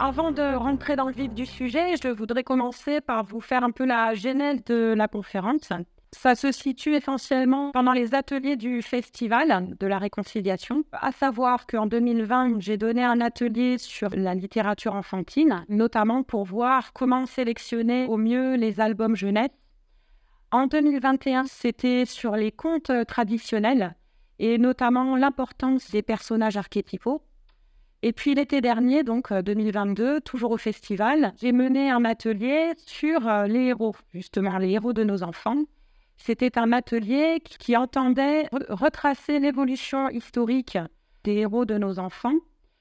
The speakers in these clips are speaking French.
Avant de rentrer dans le vif du sujet, je voudrais commencer par vous faire un peu la genèse de la conférence. Ça se situe essentiellement pendant les ateliers du Festival de la Réconciliation. À savoir qu'en 2020, j'ai donné un atelier sur la littérature enfantine, notamment pour voir comment sélectionner au mieux les albums jeunesse. En 2021, c'était sur les contes traditionnels et notamment l'importance des personnages archétypaux. Et puis l'été dernier, donc 2022, toujours au festival, j'ai mené un atelier sur les héros, justement les héros de nos enfants. C'était un atelier qui entendait retracer l'évolution historique des héros de nos enfants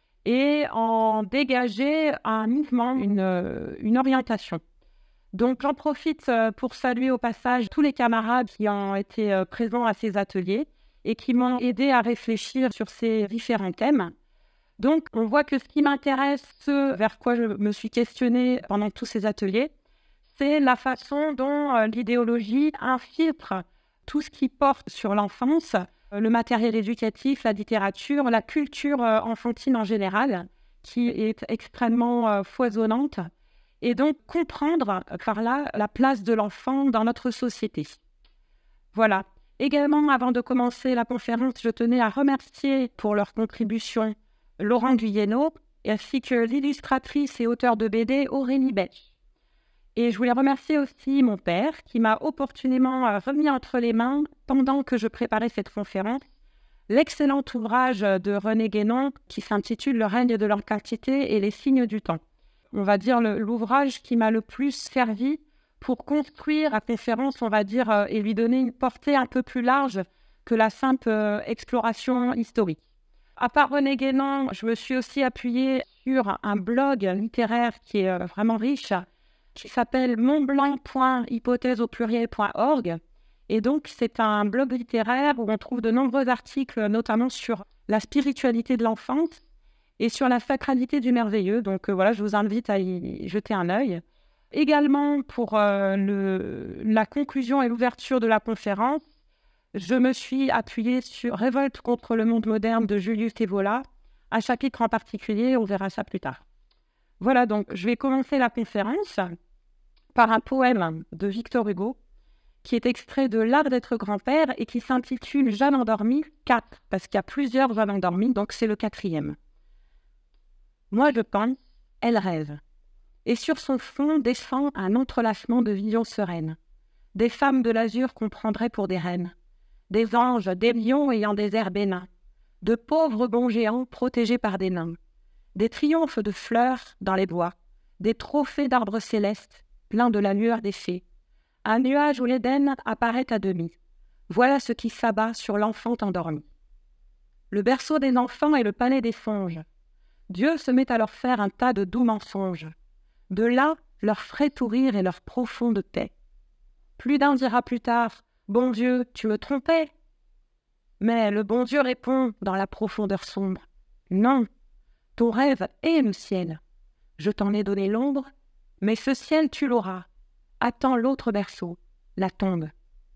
et en dégager un mouvement, une orientation. Donc j'en profite pour saluer au passage tous les camarades qui ont été présents à ces ateliers et qui m'ont aidé à réfléchir sur ces différents thèmes. Donc, on voit que ce qui m'intéresse, ce vers quoi je me suis questionnée pendant tous ces ateliers, c'est la façon dont l'idéologie infiltre tout ce qui porte sur l'enfance, le matériel éducatif, la littérature, la culture enfantine en général, qui est extrêmement foisonnante, et donc comprendre par là la place de l'enfant dans notre société. Voilà. Également, avant de commencer la conférence, je tenais à remercier pour leur contribution Laurent Guyeno, ainsi que l'illustratrice et auteure de BD Aurélie Betch. Et je voulais remercier aussi mon père, qui m'a opportunément remis entre les mains, pendant que je préparais cette conférence, l'excellent ouvrage de René Guénon, qui s'intitule « Le règne de l'antiquité et les signes du temps ». On va dire l'ouvrage qui m'a le plus servi pour construire la conférence, on va dire, et lui donner une portée un peu plus large que la simple exploration historique. À part René Guénon, je me suis aussi appuyée sur un blog littéraire qui est vraiment riche, qui s'appelle montblanc.hypothèse-au-pluriel.org. Et donc, c'est un blog littéraire où on trouve de nombreux articles, notamment sur la spiritualité de l'enfance et sur la sacralité du merveilleux. Donc voilà, je vous invite à y jeter un œil. Également, pour la conclusion et l'ouverture de la conférence, je me suis appuyée sur Révolte contre le monde moderne de Julius Evola, un chapitre en particulier, on verra ça plus tard. Voilà, donc je vais commencer la conférence par un poème de Victor Hugo, qui est extrait de L'art d'être grand-père et qui s'intitule Jeanne endormie 4, parce qu'il y a plusieurs Jeanne endormies, donc c'est le 4e. Moi je pense, elle rêve, et sur son front descend un entrelacement de visions sereines. Des femmes de l'azur qu'on prendrait pour des reines. Des anges, des lions ayant des airs bénins, de pauvres bons géants protégés par des nains, des triomphes de fleurs dans les bois, des trophées d'arbres célestes, pleins de la lueur des fées, un nuage où l'Éden apparaît à demi. Voilà ce qui s'abat sur l'enfant endormi. Le berceau des enfants est le palais des songes. Dieu se met à leur faire un tas de doux mensonges. De là, leur frais rire et leur profonde paix. Plus d'un dira plus tard, « Bon Dieu, tu me trompais ?» Mais le bon Dieu répond dans la profondeur sombre, « Non, ton rêve est le ciel. Je t'en ai donné l'ombre, mais ce ciel tu l'auras. Attends l'autre berceau, la tombe. »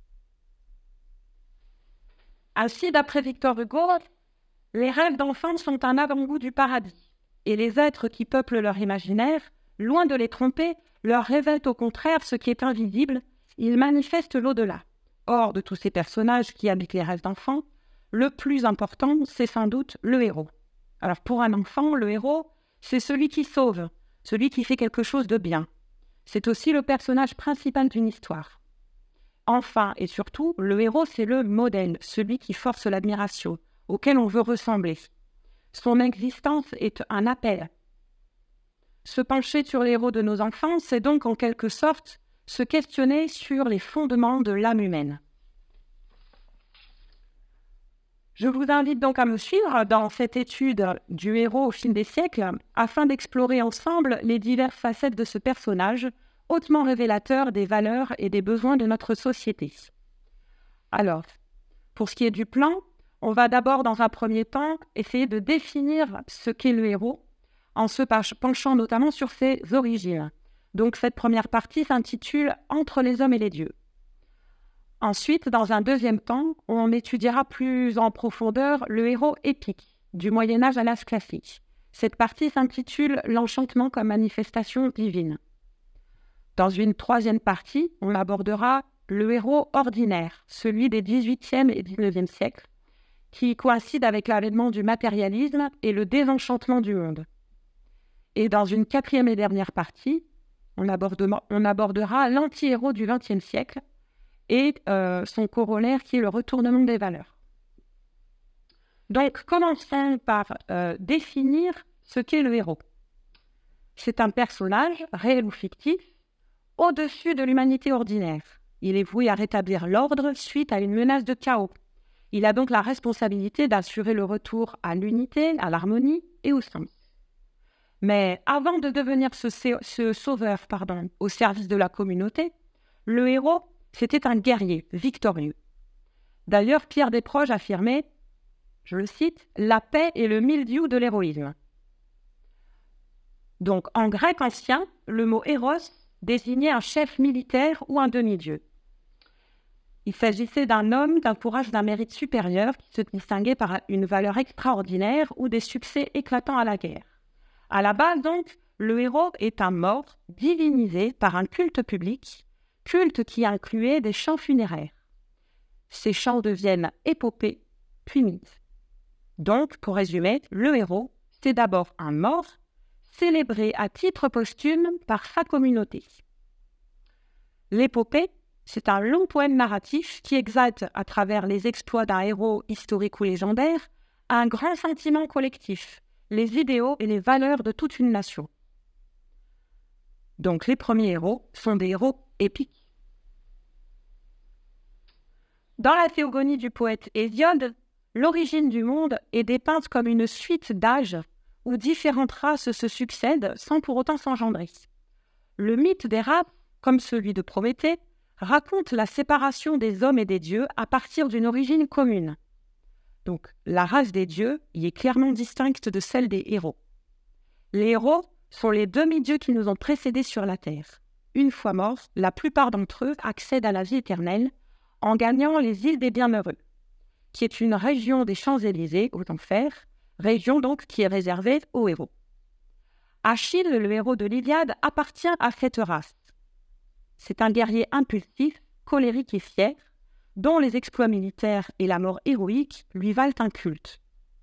Ainsi, d'après Victor Hugo, les rêves d'enfants sont un avant-goût du paradis, et les êtres qui peuplent leur imaginaire, loin de les tromper, leur révèlent au contraire ce qui est invisible, ils manifestent l'au-delà. Or, de tous ces personnages qui habitent les rêves d'enfants, le plus important, c'est sans doute le héros. Alors pour un enfant, le héros, c'est celui qui sauve, celui qui fait quelque chose de bien. C'est aussi le personnage principal d'une histoire. Enfin et surtout, le héros, c'est le modèle, celui qui force l'admiration, auquel on veut ressembler. Son existence est un appel. Se pencher sur les héros de nos enfants, c'est donc en quelque sorte se questionner sur les fondements de l'âme humaine. Je vous invite donc à me suivre dans cette étude du héros au fil des siècles afin d'explorer ensemble les diverses facettes de ce personnage hautement révélateur des valeurs et des besoins de notre société. Alors, pour ce qui est du plan, on va d'abord dans un premier temps essayer de définir ce qu'est le héros en se penchant notamment sur ses origines. Donc cette première partie s'intitule « Entre les hommes et les dieux ». Ensuite, dans un deuxième temps, on étudiera plus en profondeur le héros épique, du Moyen-Âge à l'âge classique, Cette partie s'intitule « L'enchantement comme manifestation divine ». Dans une troisième partie, on abordera le héros ordinaire, celui des XVIIIe et XIXe siècles, qui coïncide avec l'avènement du matérialisme et le désenchantement du monde. Et dans une quatrième et dernière partie, on abordera l'anti-héros du XXe siècle et son corollaire qui est le retournement des valeurs. Donc, commençons par définir ce qu'est le héros. C'est un personnage, réel ou fictif, au-dessus de l'humanité ordinaire. Il est voué à rétablir l'ordre suite à une menace de chaos. Il a donc la responsabilité d'assurer le retour à l'unité, à l'harmonie et au sens. Mais avant de devenir ce sauveur au service de la communauté, le héros, c'était un guerrier victorieux. D'ailleurs, Pierre Desproges affirmait, je le cite, « La paix est le mildiou de l'héroïsme ». Donc, en grec ancien, le mot « héros » désignait un chef militaire ou un demi-dieu. Il s'agissait d'un homme d'un courage d'un mérite supérieur qui se distinguait par une valeur extraordinaire ou des succès éclatants à la guerre. À la base, donc, le héros est un mort divinisé par un culte public, culte qui incluait des chants funéraires. Ces chants deviennent épopées, puis mythes. Donc, pour résumer, le héros, c'est d'abord un mort, célébré à titre posthume par sa communauté. L'épopée, c'est un long poème narratif qui exalte, à travers les exploits d'un héros historique ou légendaire, un grand sentiment collectif, les idéaux et les valeurs de toute une nation. Donc les premiers héros sont des héros épiques. Dans la théogonie du poète Hésiode, l'origine du monde est dépeinte comme une suite d'âges où différentes races se succèdent sans pour autant s'engendrer. Le mythe des races, comme celui de Prométhée, raconte la séparation des hommes et des dieux à partir d'une origine commune. Donc, la race des dieux y est clairement distincte de celle des héros. Les héros sont les demi-dieux qui nous ont précédés sur la terre. Une fois morts, la plupart d'entre eux accèdent à la vie éternelle en gagnant les îles des Bienheureux, qui est une région des Champs-Élysées, aux enfers, région donc qui est réservée aux héros. Achille, le héros de l'Iliade, appartient à cette race. C'est un guerrier impulsif, colérique et fier, dont les exploits militaires et la mort héroïque lui valent un culte.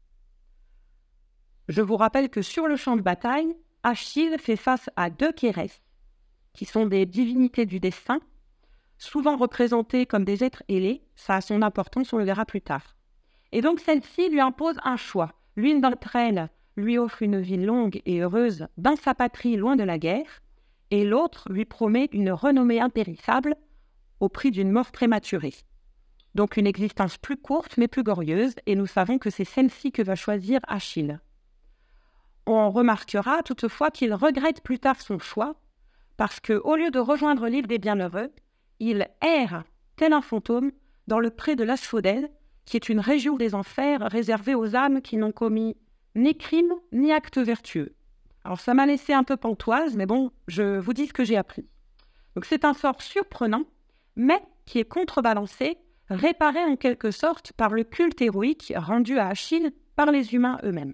Je vous rappelle que sur le champ de bataille, Achille fait face à deux Kérès, qui sont des divinités du destin, souvent représentées comme des êtres ailés, ça a son importance, on le verra plus tard. Et donc celle-ci lui impose un choix. L'une d'entre elles lui offre une vie longue et heureuse dans sa patrie loin de la guerre, et l'autre lui promet une renommée impérissable au prix d'une mort prématurée. Donc une existence plus courte mais plus glorieuse, et nous savons que c'est celle-ci que va choisir Achille. On remarquera toutefois qu'il regrette plus tard son choix, parce qu'au lieu de rejoindre l'île des Bienheureux, il erre, tel un fantôme, dans le pré de l'Asphodèle, qui est une région des enfers réservée aux âmes qui n'ont commis ni crime ni acte vertueux. Alors ça m'a laissé un peu pantoise, mais bon, je vous dis ce que j'ai appris. Donc c'est un sort surprenant, mais qui est contrebalancé, réparé en quelque sorte par le culte héroïque rendu à Achille par les humains eux-mêmes.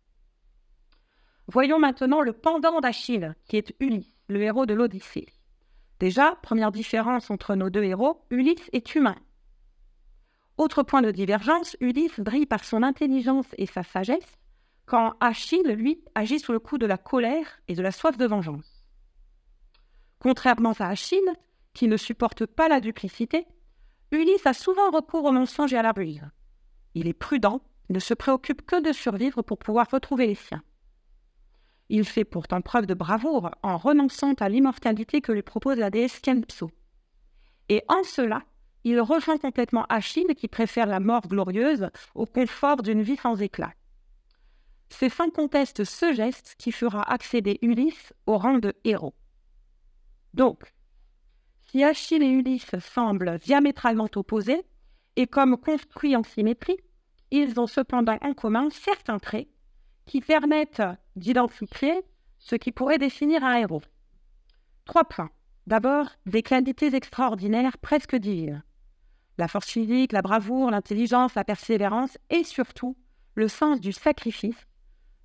Voyons maintenant le pendant d'Achille, qui est Ulysse, le héros de l'Odyssée. Déjà, première différence entre nos deux héros, Ulysse est humain. Autre point de divergence, Ulysse brille par son intelligence et sa sagesse, quand Achille, lui, agit sous le coup de la colère et de la soif de vengeance. Contrairement à Achille, qui ne supporte pas la duplicité, Ulysse a souvent recours au mensonge et à la ruse. Il est prudent, ne se préoccupe que de survivre pour pouvoir retrouver les siens. Il fait pourtant preuve de bravoure en renonçant à l'immortalité que lui propose la déesse Calypso. Et en cela, il rejoint complètement Achille qui préfère la mort glorieuse au confort d'une vie sans éclat. C'est sans conteste ce geste qui fera accéder Ulysse au rang de héros. Donc, si Achille et Ulysse semblent diamétralement opposés, et comme construits en symétrie, ils ont cependant en commun certains traits qui permettent d'identifier ce qui pourrait définir un héros. 3 points. D'abord, des qualités extraordinaires presque divines. La force physique, la bravoure, l'intelligence, la persévérance et surtout le sens du sacrifice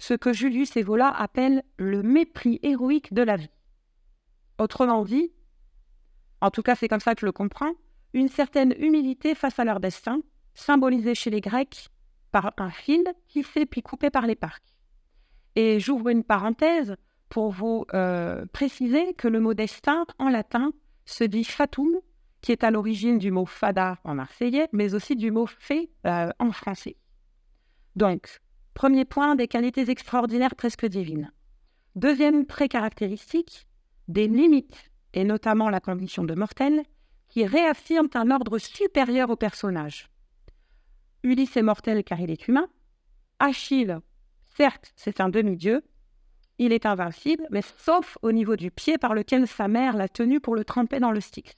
ce que Julius Evola appelle le mépris héroïque de la vie. Autrement dit, en tout cas c'est comme ça que je le comprends, une certaine humilité face à leur destin, symbolisée chez les Grecs par un fil tissé puis coupé par les parcs. Et j'ouvre une parenthèse pour vous préciser que le mot destin en latin se dit fatum, qui est à l'origine du mot fada en marseillais, mais aussi du mot fait en français. Donc, premier point, des qualités extraordinaires presque divines. Deuxième trait caractéristique, des limites, et notamment la condition de mortel, qui réaffirment un ordre supérieur au personnage. Ulysse est mortel car il est humain. Achille, certes, c'est un demi-dieu. Il est invincible, mais sauf au niveau du pied par lequel sa mère l'a tenu pour le tremper dans le Styx.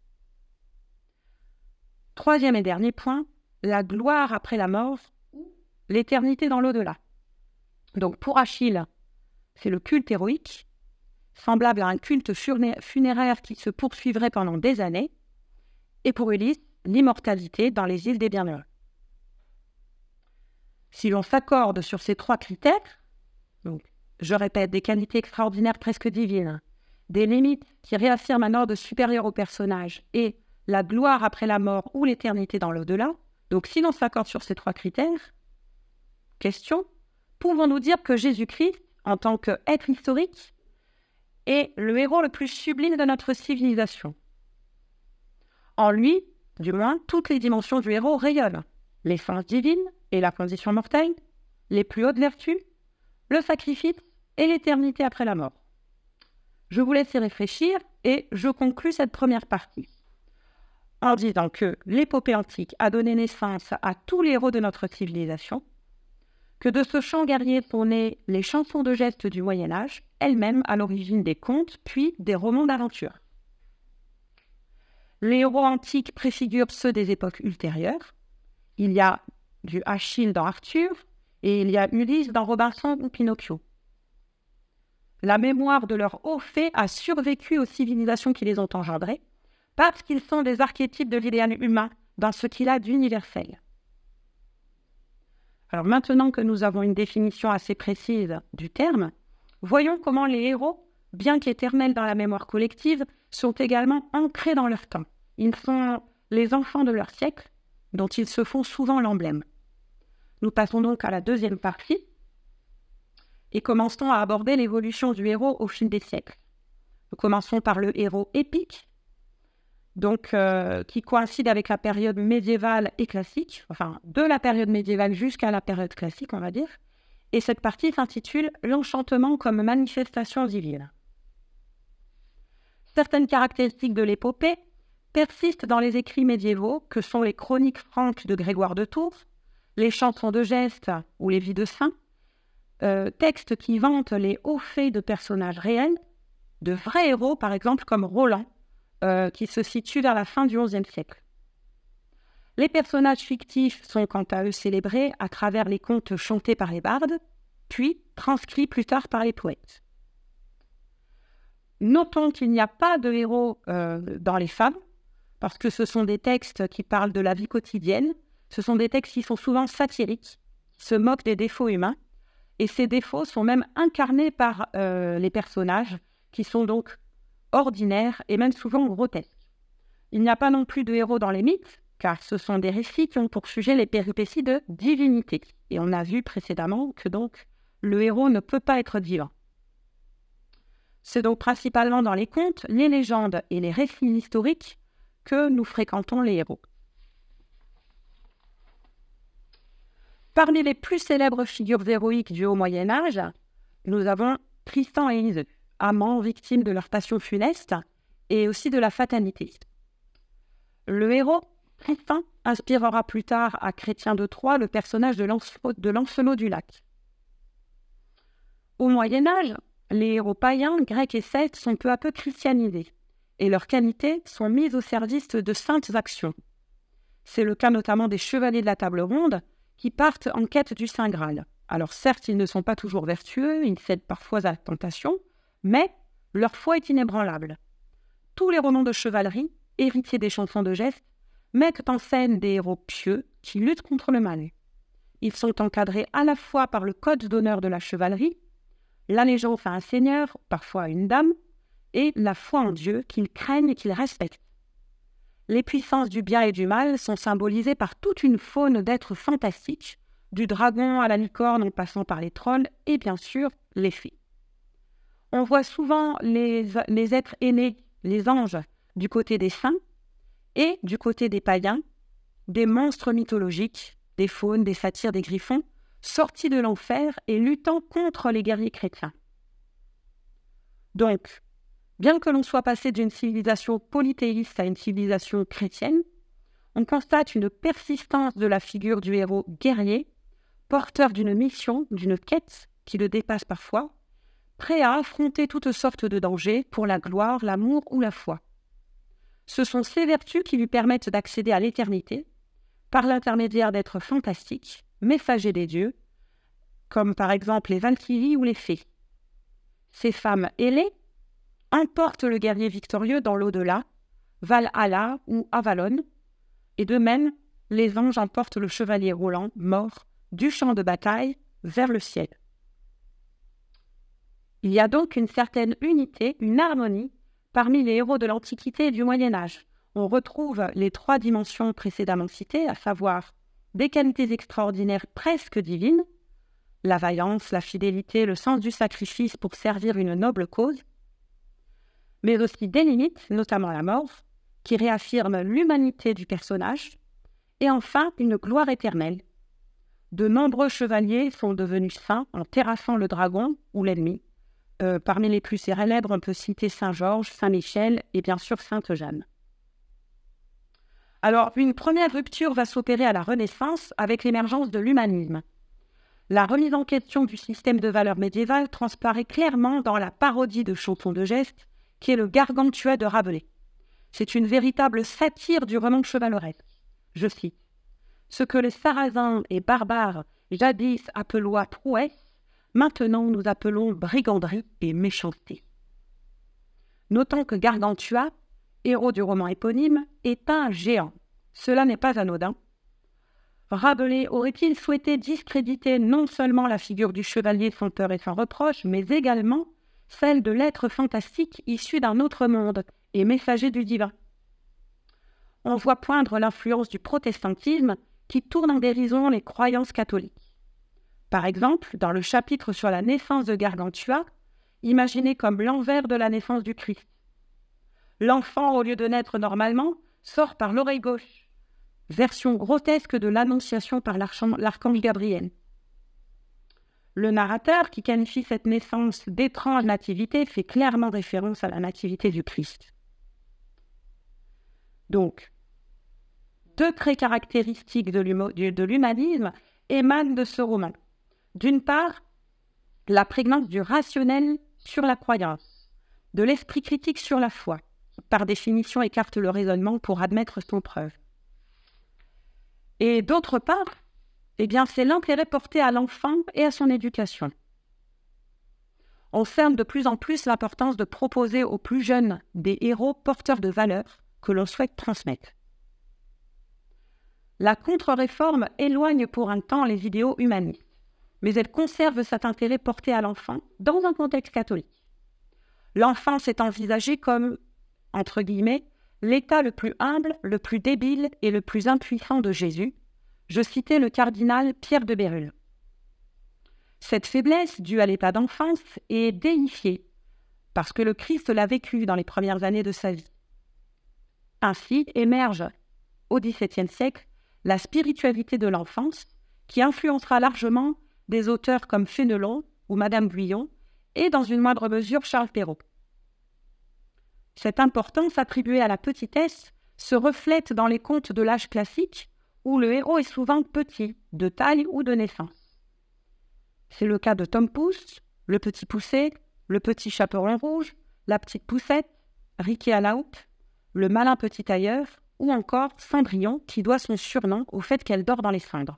Troisième et dernier point, la gloire après la mort, l'éternité dans l'au-delà. Donc pour Achille, c'est le culte héroïque, semblable à un culte funéraire qui se poursuivrait pendant des années, et pour Ulysse, l'immortalité dans les îles des bienheureux. Si l'on s'accorde sur ces trois critères, donc, je répète, des qualités extraordinaires presque divines, des limites qui réaffirment un ordre supérieur au personnage et la gloire après la mort ou l'éternité dans l'au-delà, donc si l'on s'accorde sur ces trois critères, question, pouvons-nous dire que Jésus-Christ, en tant qu'être historique, est le héros le plus sublime de notre civilisation? En lui, du moins, toutes les dimensions du héros rayonnent. L'essence divine et la condition mortelle, les plus hautes vertus, le sacrifice et l'éternité après la mort. Je vous laisse y réfléchir et je conclus cette première partie en disant que l'épopée antique a donné naissance à tous les héros de notre civilisation, que de ce chant guerrier sont nées les chansons de gestes du Moyen-Âge, elles-mêmes à l'origine des contes puis des romans d'aventure. Les héros antiques préfigurent ceux des époques ultérieures. Il y a du Achille dans Arthur et il y a Ulysse dans Robinson ou Pinocchio. La mémoire de leurs hauts faits a survécu aux civilisations qui les ont engendrés parce qu'ils sont des archétypes de l'idéal humain dans ce qu'il a d'universel. Alors maintenant que nous avons une définition assez précise du terme, voyons comment les héros, bien qu'éternels dans la mémoire collective, sont également ancrés dans leur temps. Ils sont les enfants de leur siècle, dont ils se font souvent l'emblème. Nous passons donc à la deuxième partie et commençons à aborder l'évolution du héros au fil des siècles. Nous commençons par le héros épique, donc qui coïncide avec la période médiévale et classique, enfin de la période médiévale jusqu'à la période classique, on va dire. Et cette partie s'intitule « L'enchantement comme manifestation divine ». Certaines caractéristiques de l'épopée persistent dans les écrits médiévaux que sont les chroniques franques de Grégoire de Tours, les chansons de gestes ou les vies de saints, textes qui vantent les hauts faits de personnages réels, de vrais héros par exemple comme Roland, qui se situe vers la fin du XIe siècle. Les personnages fictifs sont quant à eux célébrés à travers les contes chantés par les bardes, puis transcrits plus tard par les poètes. Notons qu'il n'y a pas de héros dans les fables, parce que ce sont des textes qui parlent de la vie quotidienne, ce sont des textes qui sont souvent satiriques, qui se moquent des défauts humains, et ces défauts sont même incarnés par les personnages, qui sont donc ordinaires et même souvent grotesques. Il n'y a pas non plus de héros dans les mythes, car ce sont des récits qui ont pour sujet les péripéties de divinité. Et on a vu précédemment que donc le héros ne peut pas être divin. C'est donc principalement dans les contes, les légendes et les récits historiques que nous fréquentons les héros. Parmi les plus célèbres figures héroïques du Haut Moyen-Âge, nous avons Tristan et Iseult, amants victimes de leur passion funeste et aussi de la fatalité. Le héros, Tristan, inspirera plus tard à Chrétien de Troyes le personnage de Lancelot du Lac. Au Moyen-Âge, les héros païens, grecs et celtes sont peu à peu christianisés et leurs qualités sont mises au service de saintes actions. C'est le cas notamment des chevaliers de la table ronde qui partent en quête du Saint Graal. Alors certes, ils ne sont pas toujours vertueux, ils cèdent parfois à la tentation, mais leur foi est inébranlable. Tous les romans de chevalerie, héritiers des chansons de gestes, mettent en scène des héros pieux qui luttent contre le mal. Ils sont encadrés à la fois par le code d'honneur de la chevalerie, l'allégeance à un seigneur, parfois à une dame, et la foi en Dieu qu'ils craignent et qu'ils respectent. Les puissances du bien et du mal sont symbolisées par toute une faune d'êtres fantastiques, du dragon à la licorne en passant par les trolls et bien sûr les fées. On voit souvent les êtres aînés, les anges, du côté des saints et du côté des païens, des monstres mythologiques, des faunes, des satyres, des griffons, sortis de l'enfer et luttant contre les guerriers chrétiens. Donc, bien que l'on soit passé d'une civilisation polythéiste à une civilisation chrétienne, on constate une persistance de la figure du héros guerrier, porteur d'une mission, d'une quête qui le dépasse parfois, prêt à affronter toutes sortes de dangers pour la gloire, l'amour ou la foi. Ce sont ces vertus qui lui permettent d'accéder à l'éternité par l'intermédiaire d'êtres fantastiques, messagers des dieux, comme par exemple les Valkyries ou les fées. Ces femmes ailées emportent le guerrier victorieux dans l'au-delà, Valhalla ou Avalon, et de même, les anges emportent le chevalier Roland, mort, du champ de bataille vers le ciel. Il y a donc une certaine unité, une harmonie, parmi les héros de l'Antiquité et du Moyen-Âge. On retrouve les 3 dimensions précédemment citées, à savoir des qualités extraordinaires presque divines, la vaillance, la fidélité, le sens du sacrifice pour servir une noble cause, mais aussi des limites, notamment la mort, qui réaffirment l'humanité du personnage, et enfin une gloire éternelle. De nombreux chevaliers sont devenus saints en terrassant le dragon ou l'ennemi. Parmi les plus célèbres, on peut citer Saint Georges, Saint Michel et bien sûr Sainte Jeanne. Alors, une première rupture va s'opérer à la Renaissance avec l'émergence de l'humanisme. La remise en question du système de valeurs médiéval transparaît clairement dans la parodie de Chanson de geste, qui est le Gargantua de Rabelais. C'est une véritable satire du roman chevaleresque. Je cite : « Ce que les Sarrasins et barbares jadis appelaient prouesse, maintenant nous appelons briganderie et méchanceté. » Notons que Gargantua, héros du roman éponyme, est un géant. Cela n'est pas anodin. Rabelais aurait-il souhaité discréditer non seulement la figure du chevalier sans peur et sans reproche, mais également celle de l'être fantastique issu d'un autre monde et messager du divin. On voit poindre l'influence du protestantisme qui tourne en dérision les croyances catholiques. Par exemple, dans le chapitre sur la naissance de Gargantua, imaginé comme l'envers de la naissance du Christ. L'enfant, au lieu de naître normalement, sort par l'oreille gauche, version grotesque de l'annonciation par l'archange Gabriel. Le narrateur, qui qualifie cette naissance d'étrange nativité, fait clairement référence à la nativité du Christ. Donc, 2 traits caractéristiques de l'humanisme émanent de ce roman. D'une part, la prégnance du rationnel sur la croyance, de l'esprit critique sur la foi, qui par définition écarte le raisonnement pour admettre son preuve. Et d'autre part, c'est l'intérêt porté à l'enfant et à son éducation. On cerne de plus en plus l'importance de proposer aux plus jeunes des héros porteurs de valeurs que l'on souhaite transmettre. La contre-réforme éloigne pour un temps les idéaux humanistes, mais elle conserve cet intérêt porté à l'enfant dans un contexte catholique. L'enfance est envisagée comme, entre guillemets, l'état le plus humble, le plus débile et le plus impuissant de Jésus. Je citais le cardinal Pierre de Bérulle. Cette faiblesse, due à l'état d'enfance, est déifiée, parce que le Christ l'a vécu dans les premières années de sa vie. Ainsi émerge, au XVIIe siècle, la spiritualité de l'enfance, qui influencera largement des auteurs comme Fénelon ou Madame Guyon, et dans une moindre mesure Charles Perrault. Cette importance attribuée à la petitesse se reflète dans les contes de l'âge classique, où le héros est souvent petit, de taille ou de naissance. C'est le cas de Tom Pouce, le petit Poucet, le petit Chaperon rouge, la petite Poucette, Riquet à la houppe, le malin petit tailleur, ou encore Cendrillon qui doit son surnom au fait qu'elle dort dans les cendres.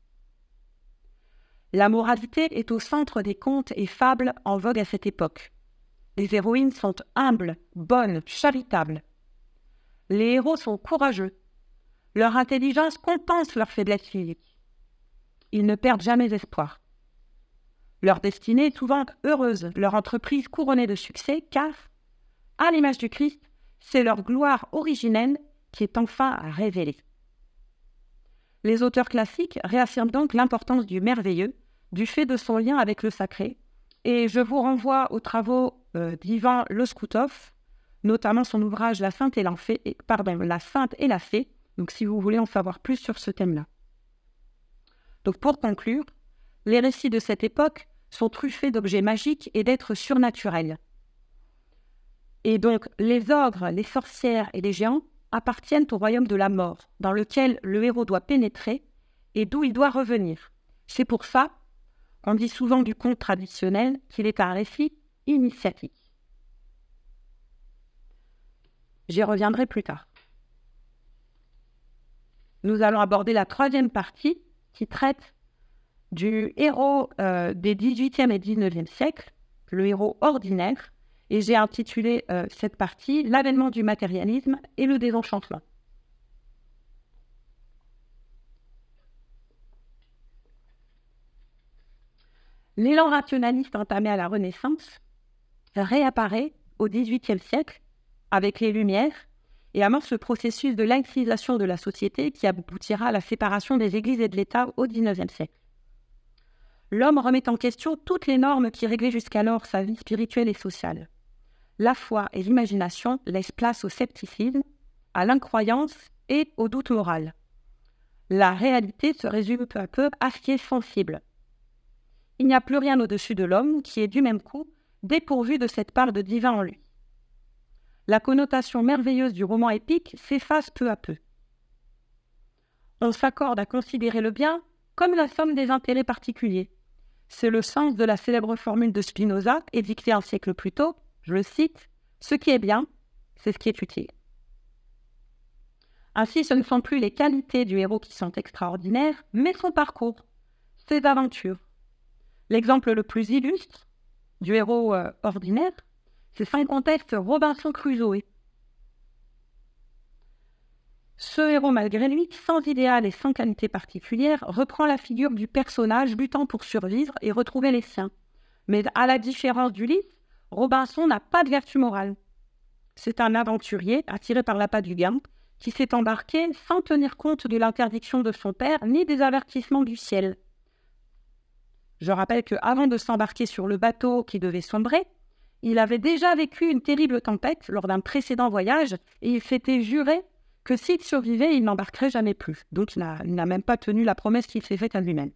La moralité est au centre des contes et fables en vogue à cette époque. Les héroïnes sont humbles, bonnes, charitables. Les héros sont courageux. Leur intelligence compense leur faiblesse physique. ils ne perdent jamais espoir. Leur destinée est souvent heureuse, leur entreprise couronnée de succès, car, à l'image du Christ, c'est leur gloire originelle qui est enfin révélée. Les auteurs classiques réaffirment donc l'importance du merveilleux, du fait de son lien avec le sacré, et je vous renvoie aux travaux d'Ivan Loskutov, notamment son ouvrage La Sainte et la Fée, donc si vous voulez en savoir plus sur ce thème-là. Donc pour conclure, les récits de cette époque sont truffés d'objets magiques et d'êtres surnaturels. Et donc les ogres, les sorcières et les géants appartiennent au royaume de la mort, dans lequel le héros doit pénétrer et d'où il doit revenir. C'est pour ça qu'on dit souvent du conte traditionnel qu'il est un récit initiatique. J'y reviendrai plus tard. Nous allons aborder la troisième partie qui traite du héros des XVIIIe et XIXe siècles, le héros ordinaire, et j'ai intitulé cette partie « L'avènement du matérialisme et le désenchantement ». L'élan rationaliste entamé à la Renaissance réapparaît au XVIIIe siècle avec les Lumières et amorce le processus de laïcisation de la société qui aboutira à la séparation des églises et de l'État au XIXe siècle. L'homme remet en question toutes les normes qui réglaient jusqu'alors sa vie spirituelle et sociale. La foi et l'imagination laissent place au scepticisme, à l'incroyance et au doute moral. La réalité se résume peu à peu à ce qui est sensible. Il n'y a plus rien au-dessus de l'homme qui est du même coup dépourvu de cette part de divin en lui. La connotation merveilleuse du roman épique s'efface peu à peu. On s'accorde à considérer le bien comme la somme des intérêts particuliers. C'est le sens de la célèbre formule de Spinoza, édictée un siècle plus tôt, je le cite, « Ce qui est bien, c'est ce qui est utile ». Ainsi, ce ne sont plus les qualités du héros qui sont extraordinaires, mais son parcours, ses aventures. L'exemple le plus illustre du héros ordinaire, c'est sans conteste Robinson Crusoe. Ce héros, malgré lui, sans idéal et sans qualité particulière, reprend la figure du personnage luttant pour survivre et retrouver les siens. Mais à la différence d'Ulysse, Robinson n'a pas de vertu morale. C'est un aventurier attiré par l'appât du gain qui s'est embarqué sans tenir compte de l'interdiction de son père ni des avertissements du ciel. Je rappelle qu'avant de s'embarquer sur le bateau qui devait sombrer, il avait déjà vécu une terrible tempête lors d'un précédent voyage et il s'était juré que s'il survivait, il n'embarquerait jamais plus. Donc il n'a même pas tenu la promesse qu'il s'est faite à lui-même.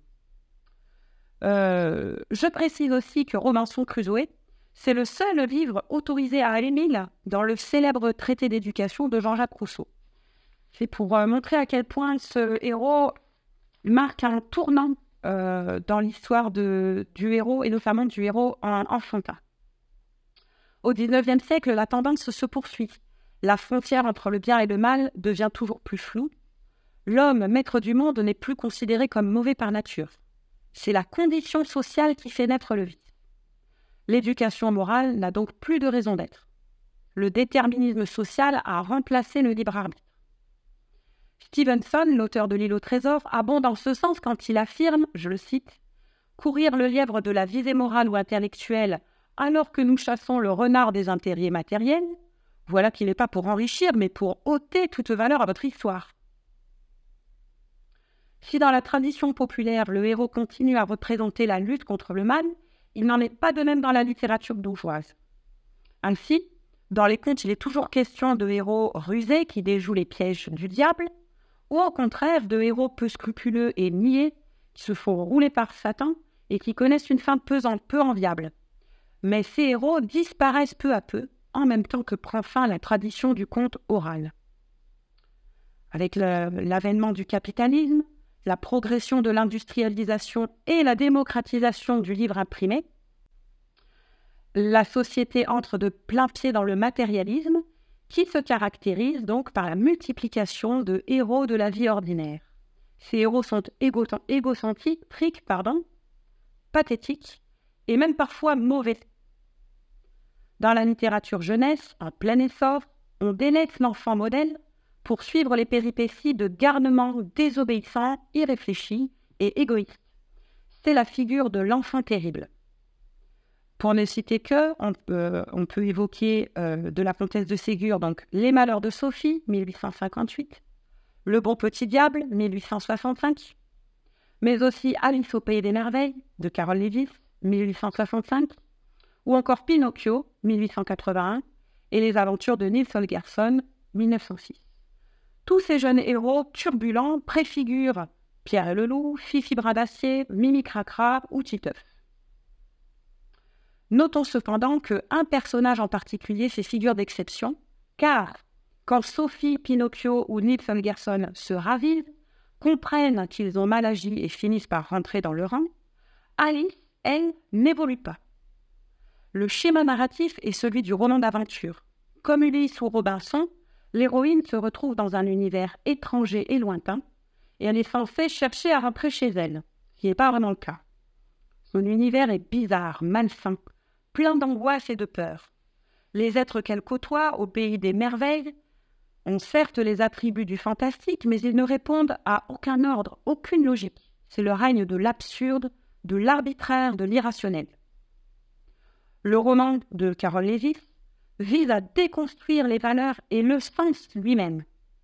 Je précise aussi que Robinson Crusoe, c'est le seul livre autorisé à Émile dans le célèbre traité d'éducation de Jean-Jacques Rousseau. C'est pour montrer à quel point ce héros marque un tournant dans l'histoire du héros et notamment du héros enfantin. Au XIXe siècle, la tendance se poursuit. La frontière entre le bien et le mal devient toujours plus floue. L'homme, maître du monde, n'est plus considéré comme mauvais par nature. C'est la condition sociale qui fait naître le vice. L'éducation morale n'a donc plus de raison d'être. Le déterminisme social a remplacé le libre arbitre. Stevenson, l'auteur de L'île au trésor, abonde en ce sens quand il affirme, je le cite, « Courir le lièvre de la visée morale ou intellectuelle alors que nous chassons le renard des intérêts matériels, voilà qu'il n'est pas pour enrichir, mais pour ôter toute valeur à votre histoire. » Si dans la tradition populaire, le héros continue à représenter la lutte contre le mal, il n'en est pas de même dans la littérature bourgeoise. Ainsi, dans les contes, il est toujours question de héros rusés qui déjouent les pièges du diable, ou au contraire de héros peu scrupuleux et niais qui se font rouler par Satan et qui connaissent une fin peu enviable. Mais ces héros disparaissent peu à peu, en même temps que prend fin la tradition du conte oral. Avec l'avènement du capitalisme, la progression de l'industrialisation et la démocratisation du livre imprimé, la société entre de plein pied dans le matérialisme qui se caractérise donc par la multiplication de héros de la vie ordinaire. Ces héros sont égocentriques, pathétiques et même parfois mauvais. Dans la littérature jeunesse, en plein essor, on délaisse l'enfant modèle pour suivre les péripéties de garnements désobéissants, irréfléchis et égoïstes. c'est la figure de l'enfant terrible. Pour ne citer que, on peut évoquer de la comtesse de Ségur, donc Les Malheurs de Sophie, 1858, Le Bon Petit Diable, 1865, mais aussi Alice au Pays des Merveilles, de Carole Lévis, 1865, ou encore Pinocchio, 1881, et Les Aventures de Niels Holgersson, 1906. Tous ces jeunes héros turbulents préfigurent Pierre et le Loup, Fifi Bras d'Acier, Mimi Cracra ou Titeuf. Notons cependant qu'un personnage en particulier fait figure d'exception, car quand Sophie, Pinocchio ou Niels Holgersson se ravisent, comprennent qu'ils ont mal agi et finissent par rentrer dans le rang, Alice, elle, n'évolue pas. Le schéma narratif est celui du roman d'aventure. Comme Ulysse ou Robinson, l'héroïne se retrouve dans un univers étranger et lointain, et elle est censée chercher à rentrer chez elle, ce qui n'est pas vraiment le cas. Son univers est bizarre, malsain, plein d'angoisse et de peur. Les êtres qu'elle côtoie au pays des merveilles ont certes les attributs du fantastique, mais ils ne répondent à aucun ordre, aucune logique. C'est le règne de l'absurde, de l'arbitraire, de l'irrationnel. Le roman de Carole Lévis vise à déconstruire les valeurs et le sens lui-même.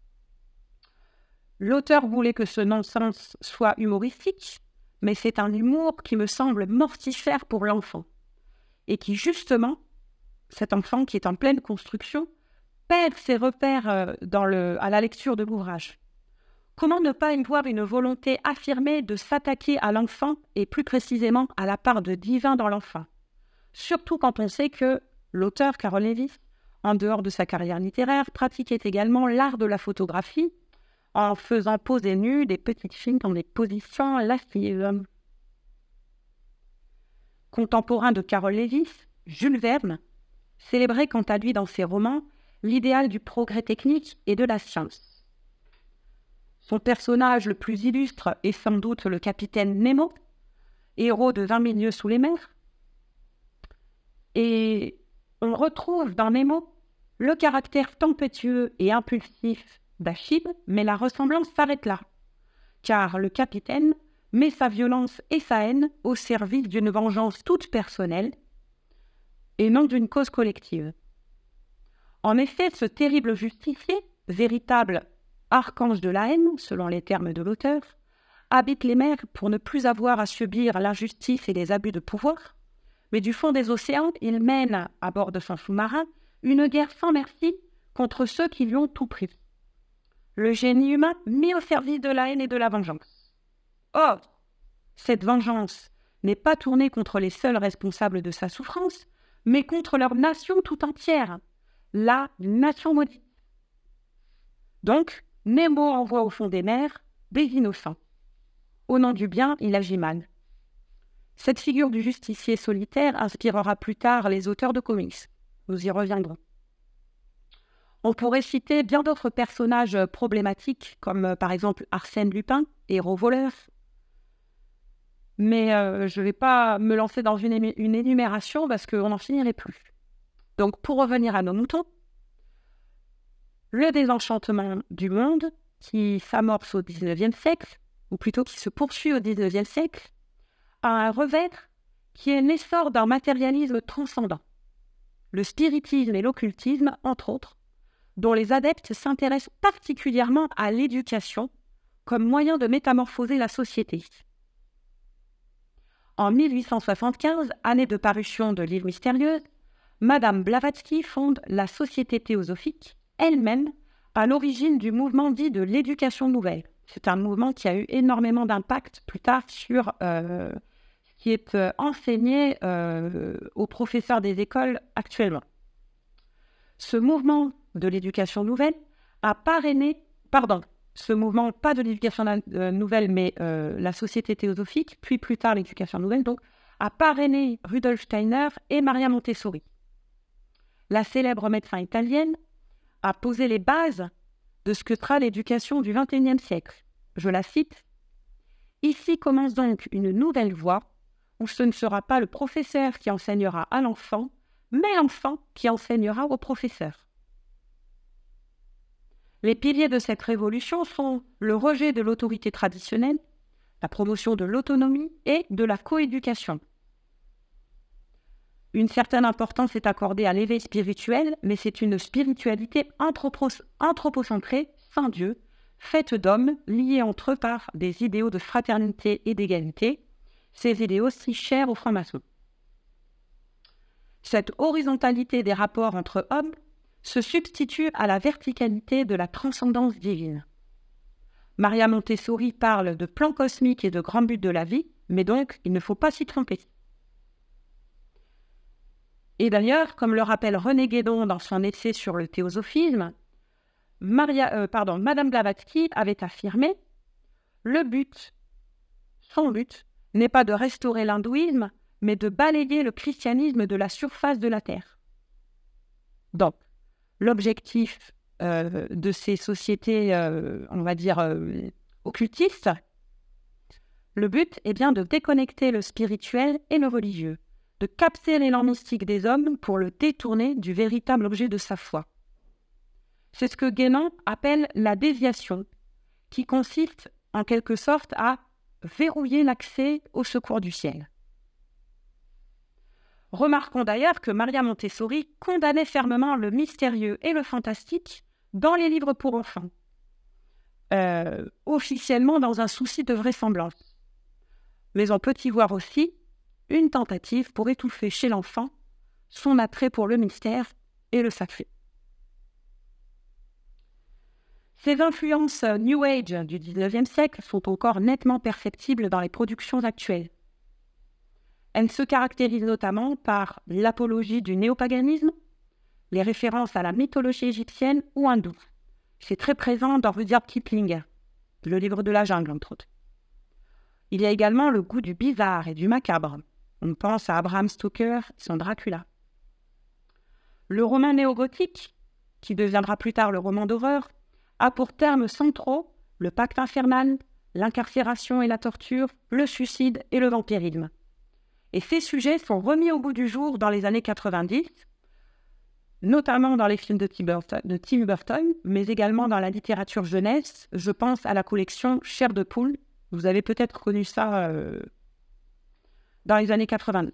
L'auteur voulait que ce non-sens soit humoristique, mais c'est un humour qui me semble mortifère pour l'enfant, et qui justement, cet enfant qui est en pleine construction, perd ses repères à la lecture de l'ouvrage. Comment ne pas y voir une volonté affirmée de s'attaquer à l'enfant et plus précisément à la part de divin dans l'enfant? Surtout quand on sait que l'auteur Carole Lévis, en dehors de sa carrière littéraire, pratiquait également l'art de la photographie en faisant poser nues des petites filles dans des positions lascives. Contemporain de Carole Lévis, Jules Verne célébrait quant à lui dans ses romans l'idéal du progrès technique et de la science. Son personnage le plus illustre est sans doute le capitaine Nemo, héros de 20 000 lieues sous les mers. Et on retrouve dans Nemo le caractère tempétueux et impulsif d'Achille, mais la ressemblance s'arrête là, car le capitaine met sa violence et sa haine au service d'une vengeance toute personnelle et non d'une cause collective. En effet, ce terrible justicier, véritable archange de la haine, selon les termes de l'auteur, habite les mers pour ne plus avoir à subir l'injustice et les abus de pouvoir, mais du fond des océans, il mène, à bord de son sous-marin, une guerre sans merci contre ceux qui lui ont tout pris. Le génie humain mis au service de la haine et de la vengeance. Or, cette vengeance n'est pas tournée contre les seuls responsables de sa souffrance, mais contre leur nation tout entière, la nation maudite. Donc, Nemo envoie au fond des mers des innocents. Au nom du bien, il agit mal. Cette figure du justicier solitaire inspirera plus tard les auteurs de comics. Nous y reviendrons. On pourrait citer bien d'autres personnages problématiques, comme par exemple Arsène Lupin, héros voleur. Mais je ne vais pas me lancer dans une énumération parce qu'on n'en finirait plus. Donc, pour revenir à nos moutons, le désenchantement du monde qui s'amorce au XIXe siècle, ou plutôt qui se poursuit au XIXe siècle, a un revers qui est l'essor d'un matérialisme transcendant. Le spiritisme et l'occultisme, entre autres, dont les adeptes s'intéressent particulièrement à l'éducation comme moyen de métamorphoser la société. En 1875, année de parution de L'Île mystérieuse, Madame Blavatsky fonde la Société théosophique, elle-même à l'origine du mouvement dit de l'éducation nouvelle. C'est un mouvement qui a eu énormément d'impact plus tard sur ce qui est enseigné aux professeurs des écoles actuellement. Ce mouvement de l'éducation nouvelle a parrainé, ce mouvement, pas de l'éducation nouvelle, mais la société théosophique, puis plus tard l'éducation nouvelle, donc, a parrainé Rudolf Steiner et Maria Montessori. La célèbre médecin italienne a posé les bases de ce que sera l'éducation du XXIe siècle. Je la cite. « Ici commence donc une nouvelle voie où ce ne sera pas le professeur qui enseignera à l'enfant, mais l'enfant qui enseignera au professeur. » Les piliers de cette révolution sont le rejet de l'autorité traditionnelle, la promotion de l'autonomie et de la coéducation. Une certaine importance est accordée à l'éveil spirituel, mais c'est une spiritualité anthropocentrée, sans Dieu, faite d'hommes, liés entre eux par des idéaux de fraternité et d'égalité, ces idéaux si chers aux francs-maçons. Cette horizontalité des rapports entre hommes se substitue à la verticalité de la transcendance divine. Maria Montessori parle de plan cosmique et de grand but de la vie, mais donc il ne faut pas s'y tromper. Et d'ailleurs, comme le rappelle René Guédon dans son essai sur le théosophisme, Madame Blavatsky avait affirmé « son but, n'est pas de restaurer l'hindouisme, mais de balayer le christianisme de la surface de la Terre. » Donc, l'objectif de ces sociétés, occultistes, le but est bien de déconnecter le spirituel et le religieux, de capter l'élan mystique des hommes pour le détourner du véritable objet de sa foi. C'est ce que Guénon appelle la déviation, qui consiste en quelque sorte à verrouiller l'accès au secours du ciel. Remarquons d'ailleurs que Maria Montessori condamnait fermement le mystérieux et le fantastique dans les livres pour enfants, officiellement dans un souci de vraisemblance. Mais on peut y voir aussi une tentative pour étouffer chez l'enfant son attrait pour le mystère et le sacré. Ces influences New Age du XIXe siècle sont encore nettement perceptibles dans les productions actuelles. Elles se caractérisent notamment par l'apologie du néopaganisme, les références à la mythologie égyptienne ou hindoue. C'est très présent dans Rudyard Kipling, le livre de la jungle, entre autres. Il y a également le goût du bizarre et du macabre. On pense à Bram Stoker et son Dracula. Le roman néogothique, qui deviendra plus tard le roman d'horreur, a pour termes centraux le pacte infernal, l'incarcération et la torture, le suicide et le vampirisme. Et ces sujets sont remis au goût du jour dans les années 90, notamment dans les films de Tim Burton, mais également dans la littérature jeunesse. Je pense à la collection Chair de poule. Vous avez peut-être connu ça dans les années 90.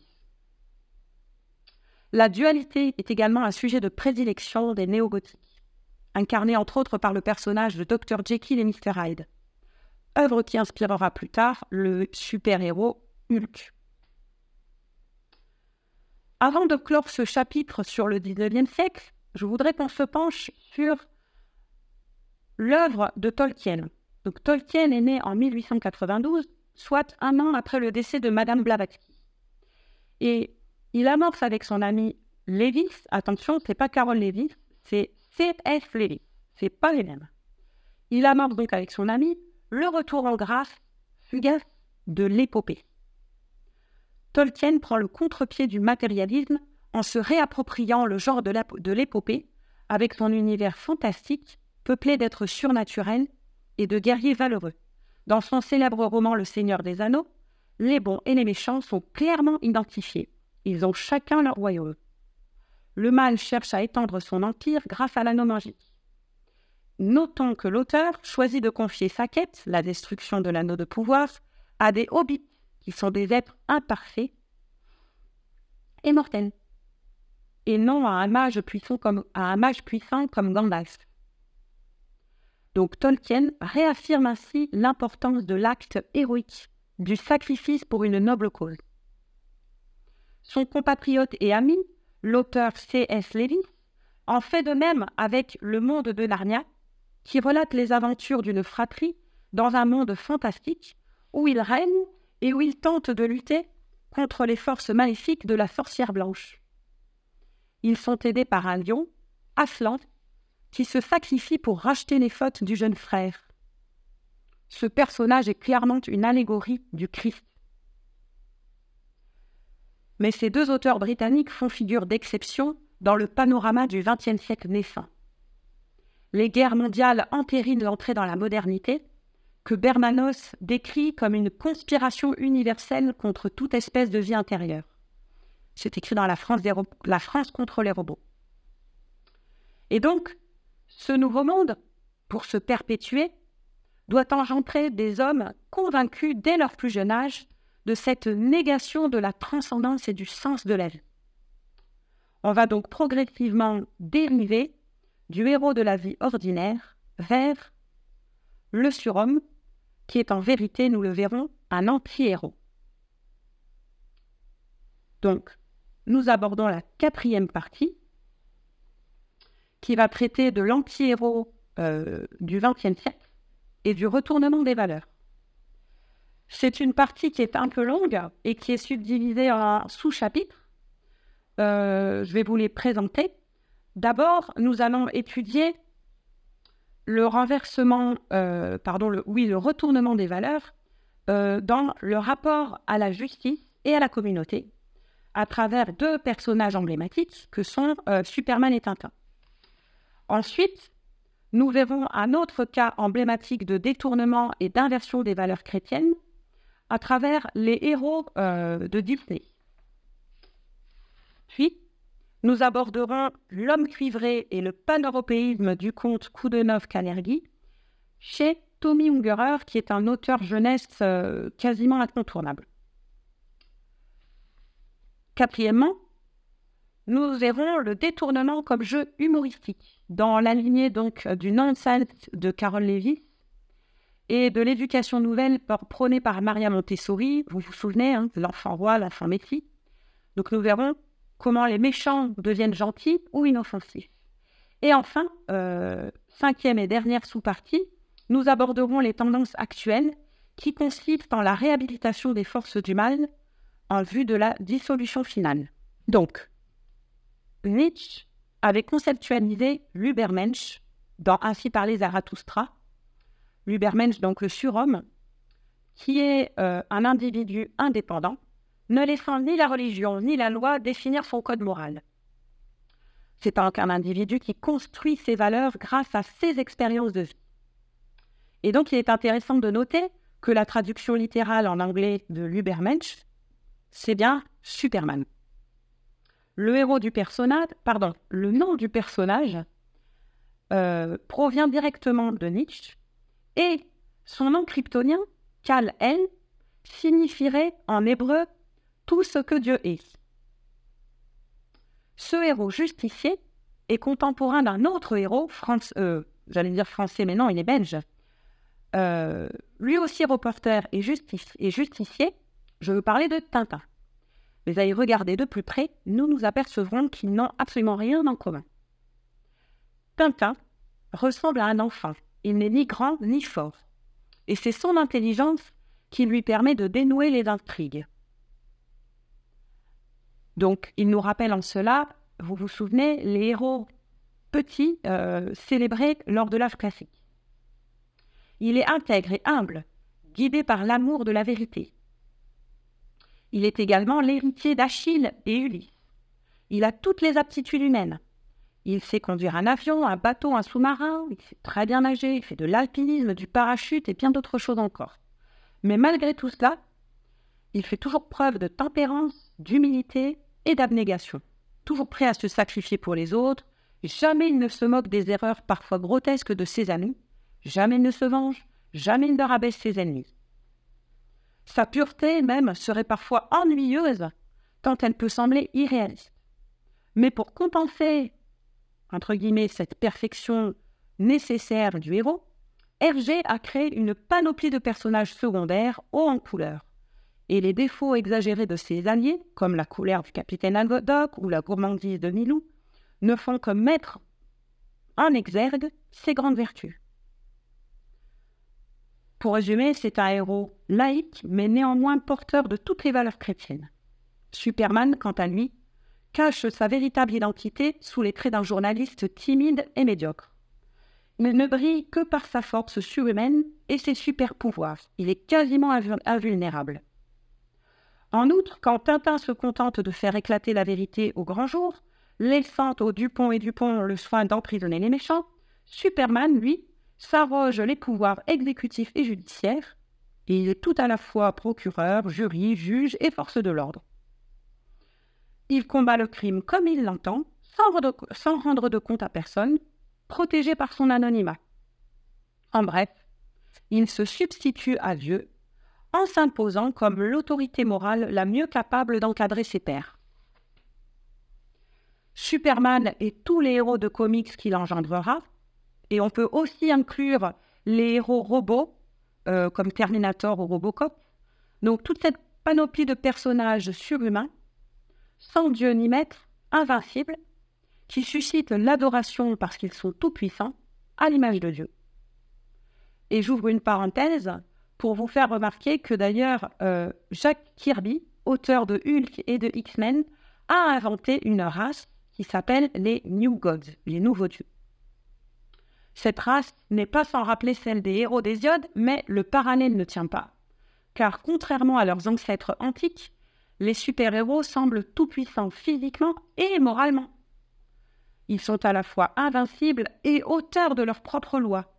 La dualité est également un sujet de prédilection des néogothiques, incarné entre autres par le personnage de Dr Jekyll et Mr Hyde, œuvre qui inspirera plus tard le super-héros Hulk. Avant de clore ce chapitre sur le XIXe siècle, je voudrais qu'on se penche sur l'œuvre de Tolkien. Donc, Tolkien est né en 1892, soit un an après le décès de Madame Blavatsky. Et il amorce avec son ami Lewis, attention, c'est pas Carol Lewis, c'est C.S. Lewis, c'est pas les mêmes. Il amorce donc avec son ami le retour en grâce fugace de l'épopée. Tolkien prend le contre-pied du matérialisme en se réappropriant le genre de l'épopée avec son univers fantastique peuplé d'êtres surnaturels et de guerriers valeureux. Dans son célèbre roman Le Seigneur des Anneaux, les bons et les méchants sont clairement identifiés. Ils ont chacun leur royaume. Le mal cherche à étendre son empire grâce à l'anneau magique. Notons que l'auteur choisit de confier sa quête, la destruction de l'anneau de pouvoir, à des hobbits, qui sont des êtres imparfaits et mortels, et non à un mage puissant comme Gandalf. Donc Tolkien réaffirme ainsi l'importance de l'acte héroïque, du sacrifice pour une noble cause. Son compatriote et ami, l'auteur C.S. Lewis, en fait de même avec Le Monde de Narnia, qui relate les aventures d'une fratrie dans un monde fantastique où il règne et où il tente de lutter contre les forces maléfiques de la sorcière blanche. Ils sont aidés par un lion, Aslan, qui se sacrifie pour racheter les fautes du jeune frère. Ce personnage est clairement une allégorie du Christ. Mais ces deux auteurs britanniques font figure d'exception dans le panorama du XXe siècle naissant. Les guerres mondiales entérinent l'entrée dans la modernité, que Bernanos décrit comme une conspiration universelle contre toute espèce de vie intérieure. C'est écrit dans La France contre les robots. Et donc, ce nouveau monde, pour se perpétuer, doit engendrer des hommes convaincus dès leur plus jeune âge de cette négation de la transcendance et du sens de la vie. On va donc progressivement dériver du héros de la vie ordinaire vers le surhomme, qui est en vérité, nous le verrons, un anti-héros. Donc, nous abordons la 4e partie, qui va traiter de l'anti-héros du XXe siècle et du retournement des valeurs. C'est une partie qui est un peu longue et qui est subdivisée en sous-chapitres. Je vais vous les présenter. D'abord, nous allons étudier le retournement des valeurs dans le rapport à la justice et à la communauté, à travers 2 personnages emblématiques que sont Superman et Tintin. Ensuite, nous verrons un autre cas emblématique de détournement et d'inversion des valeurs chrétiennes à travers les héros de Disney. Puis, nous aborderons l'homme cuivré et le pan-européisme du comte Koudenov-Kalergi chez Tommy Ungerer, qui est un auteur jeunesse quasiment incontournable. 4e, nous verrons le détournement comme jeu humoristique, dans la lignée donc du nonsense de Carol Levis et de l'éducation nouvelle prônée par Maria Montessori. Vous vous souvenez, l'enfant roi, l'enfant Messie. Donc nous verrons comment les méchants deviennent gentils ou inoffensifs. Et enfin, 5e et dernière sous-partie, nous aborderons les tendances actuelles qui consistent en la réhabilitation des forces du mal en vue de la dissolution finale. Donc, Nietzsche avait conceptualisé l'Ubermensch dans Ainsi parlait Zarathustra. L'Ubermensch, donc le surhomme, qui est un individu indépendant, ne laissant ni la religion ni la loi définir son code moral. C'est donc un individu qui construit ses valeurs grâce à ses expériences de vie. Et donc, il est intéressant de noter que la traduction littérale en anglais de l'Ubermensch, c'est bien Superman. Le nom du personnage provient directement de Nietzsche et son nom kryptonien, Kal-El, signifierait en hébreu « tout ce que Dieu est ». Ce héros justicier est contemporain d'un autre héros, j'allais dire français, mais non, il est belge. Lui aussi reporter et justicier, je veux parler de Tintin. Mais à y regarder de plus près, nous nous apercevrons qu'ils n'ont absolument rien en commun. Tintin ressemble à un enfant. Il n'est ni grand ni fort. Et c'est son intelligence qui lui permet de dénouer les intrigues. Donc, il nous rappelle en cela, vous vous souvenez, les héros petits célébrés lors de l'âge classique. Il est intègre et humble, guidé par l'amour de la vérité. Il est également l'héritier d'Achille et Ulysse. Il a toutes les aptitudes humaines. Il sait conduire un avion, un bateau, un sous-marin, il sait très bien nager, il fait de l'alpinisme, du parachute et bien d'autres choses encore. Mais malgré tout cela, il fait toujours preuve de tempérance, d'humilité et d'abnégation. Toujours prêt à se sacrifier pour les autres, jamais il ne se moque des erreurs parfois grotesques de ses amis, jamais il ne se venge, jamais il ne rabaisse ses ennemis. Sa pureté même serait parfois ennuyeuse, tant elle peut sembler irréaliste. Mais pour compenser, entre guillemets, cette perfection nécessaire du héros, Hergé a créé une panoplie de personnages secondaires hauts en couleur. Et les défauts exagérés de ses alliés, comme la colère du capitaine Haddock ou la gourmandise de Milou, ne font que mettre en exergue ses grandes vertus. Pour résumer, c'est un héros laïque, mais néanmoins porteur de toutes les valeurs chrétiennes. Superman, quant à lui, cache sa véritable identité sous les traits d'un journaliste timide et médiocre. Il ne brille que par sa force surhumaine et ses super-pouvoirs. Il est quasiment invulnérable. En outre, quand Tintin se contente de faire éclater la vérité au grand jour, laissant aux Dupont et Dupont le soin d'emprisonner les méchants, Superman, lui, s'arroge les pouvoirs exécutifs et judiciaires, et il est tout à la fois procureur, jury, juge et force de l'ordre. Il combat le crime comme il l'entend, sans rendre de compte à personne, protégé par son anonymat. En bref, il se substitue à Dieu en s'imposant comme l'autorité morale la mieux capable d'encadrer ses pairs. Superman et tous les héros de comics qu'il engendrera, et on peut aussi inclure les héros robots, comme Terminator ou Robocop, donc toute cette panoplie de personnages surhumains, sans Dieu ni maître, invincibles, qui suscitent l'adoration parce qu'ils sont tout-puissants, à l'image de Dieu. Et j'ouvre une parenthèse pour vous faire remarquer que d'ailleurs, Jack Kirby, auteur de Hulk et de X-Men, a inventé une race qui s'appelle les New Gods, les nouveaux dieux. Cette race n'est pas sans rappeler celle des héros d'Hésiode, mais le parallèle ne tient pas. Car contrairement à leurs ancêtres antiques, les super-héros semblent tout-puissants physiquement et moralement. Ils sont à la fois invincibles et auteurs de leurs propres lois.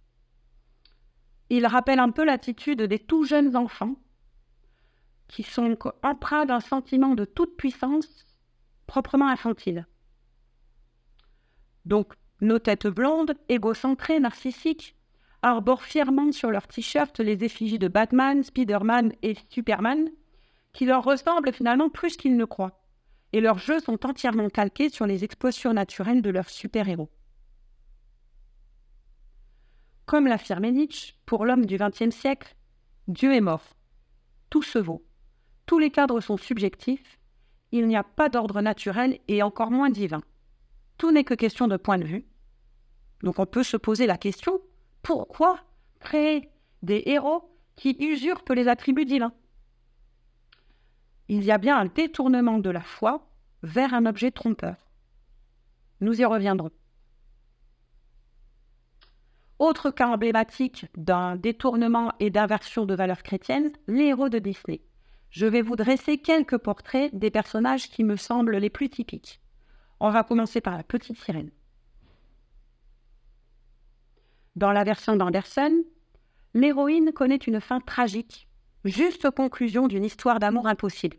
Ils rappellent un peu l'attitude des tout jeunes enfants, qui sont empreints d'un sentiment de toute puissance proprement infantile. Donc, nos têtes blondes, égocentrées, narcissiques, arborent fièrement sur leurs t-shirts les effigies de Batman, Spider-Man et Superman, qui leur ressemblent finalement plus qu'ils ne croient, et leurs jeux sont entièrement calqués sur les explosions naturelles de leurs super-héros. Comme l'affirmait Nietzsche, pour l'homme du XXe siècle, Dieu est mort. Tout se vaut. Tous les cadres sont subjectifs. Il n'y a pas d'ordre naturel et encore moins divin. Tout n'est que question de point de vue. Donc on peut se poser la question, pourquoi créer des héros qui usurpent les attributs divins ? Il y a bien un détournement de la foi vers un objet trompeur. Nous y reviendrons. Autre cas emblématique d'un détournement et d'inversion de valeurs chrétiennes, les héros de Disney. Je vais vous dresser quelques portraits des personnages qui me semblent les plus typiques. On va commencer par la petite sirène. Dans la version d'Andersen, l'héroïne connaît une fin tragique, juste conclusion d'une histoire d'amour impossible.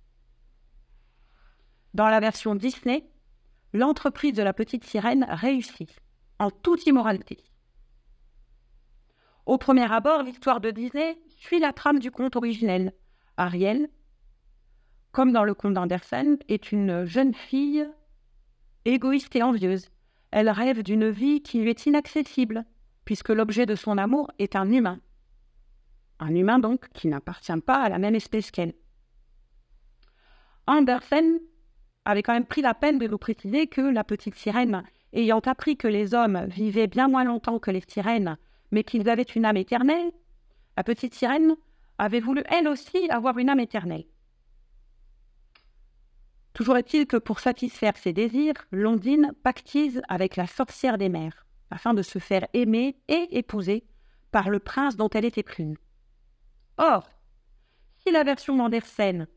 Dans la version Disney, l'entreprise de la petite sirène réussit, en toute immoralité. Au premier abord, l'histoire de Disney suit la trame du conte originel. Ariel, comme dans le conte d'Andersen, est une jeune fille égoïste et envieuse. Elle rêve d'une vie qui lui est inaccessible, puisque l'objet de son amour est un humain. Un humain donc qui n'appartient pas à la même espèce qu'elle. Andersen avait quand même pris la peine de nous préciser que la petite sirène, ayant appris que les hommes vivaient bien moins longtemps que les sirènes, mais qu'ils avaient une âme éternelle, la petite sirène avait voulu elle aussi avoir une âme éternelle. Toujours est-il que pour satisfaire ses désirs, Blondine pactise avec la sorcière des mers, afin de se faire aimer et épouser par le prince dont elle est éprise. Or, si dans la version d'Andersen,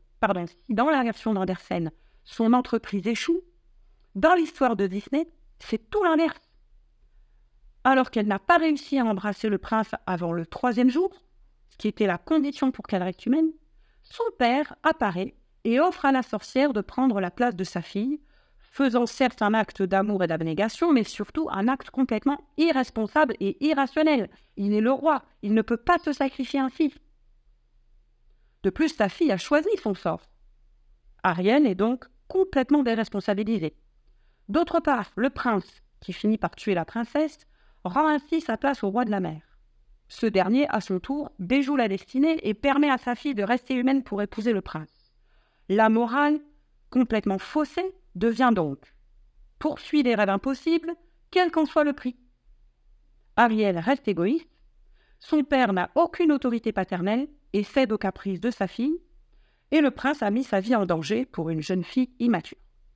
son entreprise échoue, dans l'histoire de Disney, c'est tout l'inverse. Alors qu'elle n'a pas réussi à embrasser le prince avant le 3e jour, ce qui était la condition pour qu'elle reste humaine, son père apparaît et offre à la sorcière de prendre la place de sa fille, faisant certes un acte d'amour et d'abnégation, mais surtout un acte complètement irresponsable et irrationnel. Il est le roi, il ne peut pas se sacrifier ainsi. De plus, sa fille a choisi son sort. Ariel est donc complètement déresponsabilisée. D'autre part, le prince, qui finit par tuer la princesse, rend ainsi sa place au roi de la mer. Ce dernier, à son tour, déjoue la destinée et permet à sa fille de rester humaine pour épouser le prince. La morale, complètement faussée, devient donc « poursuit les rêves impossibles, quel qu'en soit le prix ». Ariel reste égoïste, son père n'a aucune autorité paternelle et cède aux caprices de sa fille, et le prince a mis sa vie en danger pour une jeune fille immature.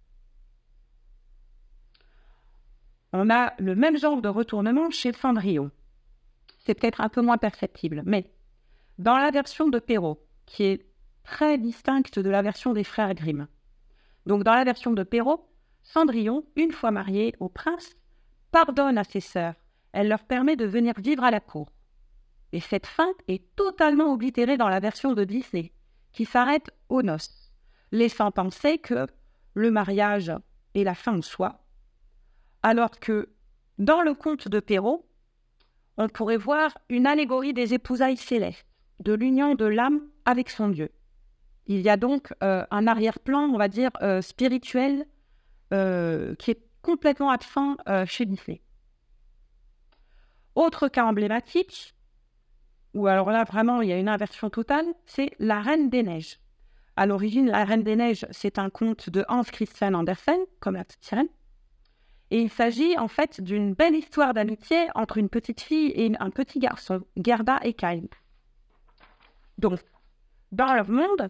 On a le même genre de retournement chez Cendrillon. C'est peut-être un peu moins perceptible, mais dans la version de Perrault, qui est très distincte de la version des frères Grimm. Donc dans la version de Perrault, Cendrillon, une fois mariée au prince, pardonne à ses sœurs. Elle leur permet de venir vivre à la cour. Et cette fin est totalement oblitérée dans la version de Disney, qui s'arrête aux noces, laissant penser que le mariage est la fin en soi, alors que dans le conte de Perrault, on pourrait voir une allégorie des épousailles célestes, de l'union de l'âme avec son Dieu. Il y a donc un arrière-plan, on va dire, spirituel qui est complètement absent chez Disney. Autre cas emblématique, où alors là vraiment il y a une inversion totale, c'est La Reine des Neiges. À l'origine, La Reine des Neiges, c'est un conte de Hans Christian Andersen, comme la petite sirène. Et il s'agit en fait d'une belle histoire d'amitié entre une petite fille et un petit garçon, Gerda et Kai. Donc, dans leur monde,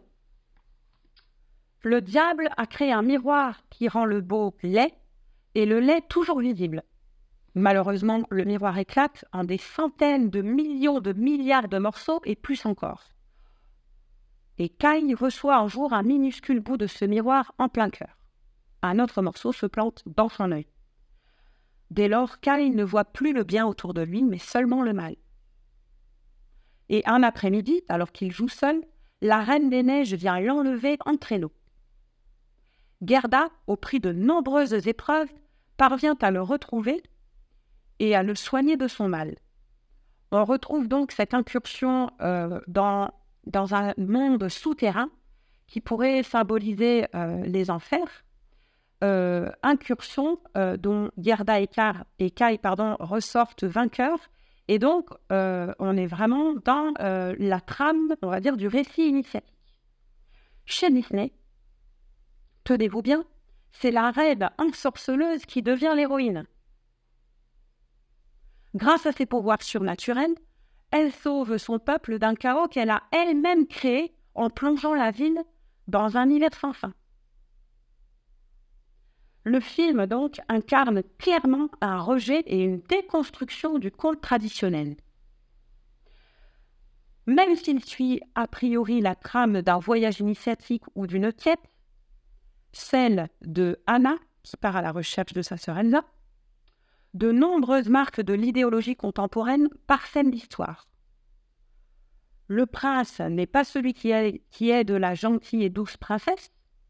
le diable a créé un miroir qui rend le beau laid et le lait toujours visible. Malheureusement, le miroir éclate en des centaines de millions de milliards de morceaux et plus encore. Et Kai reçoit un jour un minuscule bout de ce miroir en plein cœur. Un autre morceau se plante dans son œil. Dès lors, Kai ne voit plus le bien autour de lui, mais seulement le mal. Et un après-midi, alors qu'il joue seul, la Reine des Neiges vient l'enlever en traîneau. Gerda, au prix de nombreuses épreuves, parvient à le retrouver et à le soigner de son mal. On retrouve donc cette incursion dans un monde souterrain qui pourrait symboliser les enfers, incursion dont Gerda et Kai ressortent vainqueurs, et donc on est vraiment dans la trame, on va dire, du récit initiatique. Chez Disney, tenez-vous bien, c'est la reine ensorceleuse qui devient l'héroïne. Grâce à ses pouvoirs surnaturels, elle sauve son peuple d'un chaos qu'elle a elle-même créé en plongeant la ville dans un hiver sans fin. Le film, donc, incarne clairement un rejet et une déconstruction du conte traditionnel. Même s'il suit a priori la trame d'un voyage initiatique ou d'une quête, celle de Anna, qui part à la recherche de sa sœur Elsa, de nombreuses marques de l'idéologie contemporaine parsèment l'histoire. Le prince n'est pas celui qui est de la gentille et douce princesse.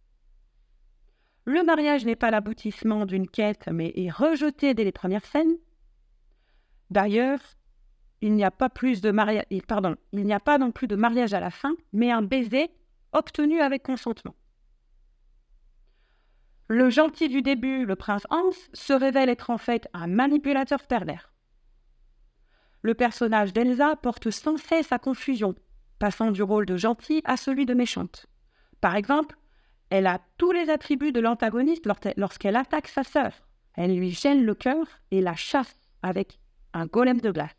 Le mariage n'est pas l'aboutissement d'une quête, mais est rejeté dès les premières scènes. D'ailleurs, il n'y a pas non plus de mariage à la fin, mais un baiser obtenu avec consentement. Le gentil du début, le prince Hans, se révèle être en fait un manipulateur pervers. Le personnage d'Elsa porte sans cesse à confusion, passant du rôle de gentille à celui de méchante. Par exemple, elle a tous les attributs de l'antagoniste lorsqu'elle attaque sa sœur. Elle lui gèle le cœur et la chasse avec un golem de glace.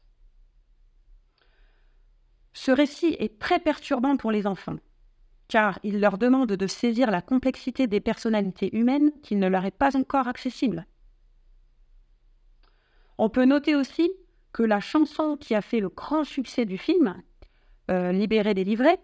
Ce récit est très perturbant pour les enfants, car il leur demande de saisir la complexité des personnalités humaines qui ne leur est pas encore accessible. On peut noter aussi que la chanson qui a fait le grand succès du film, Libéré, délivré,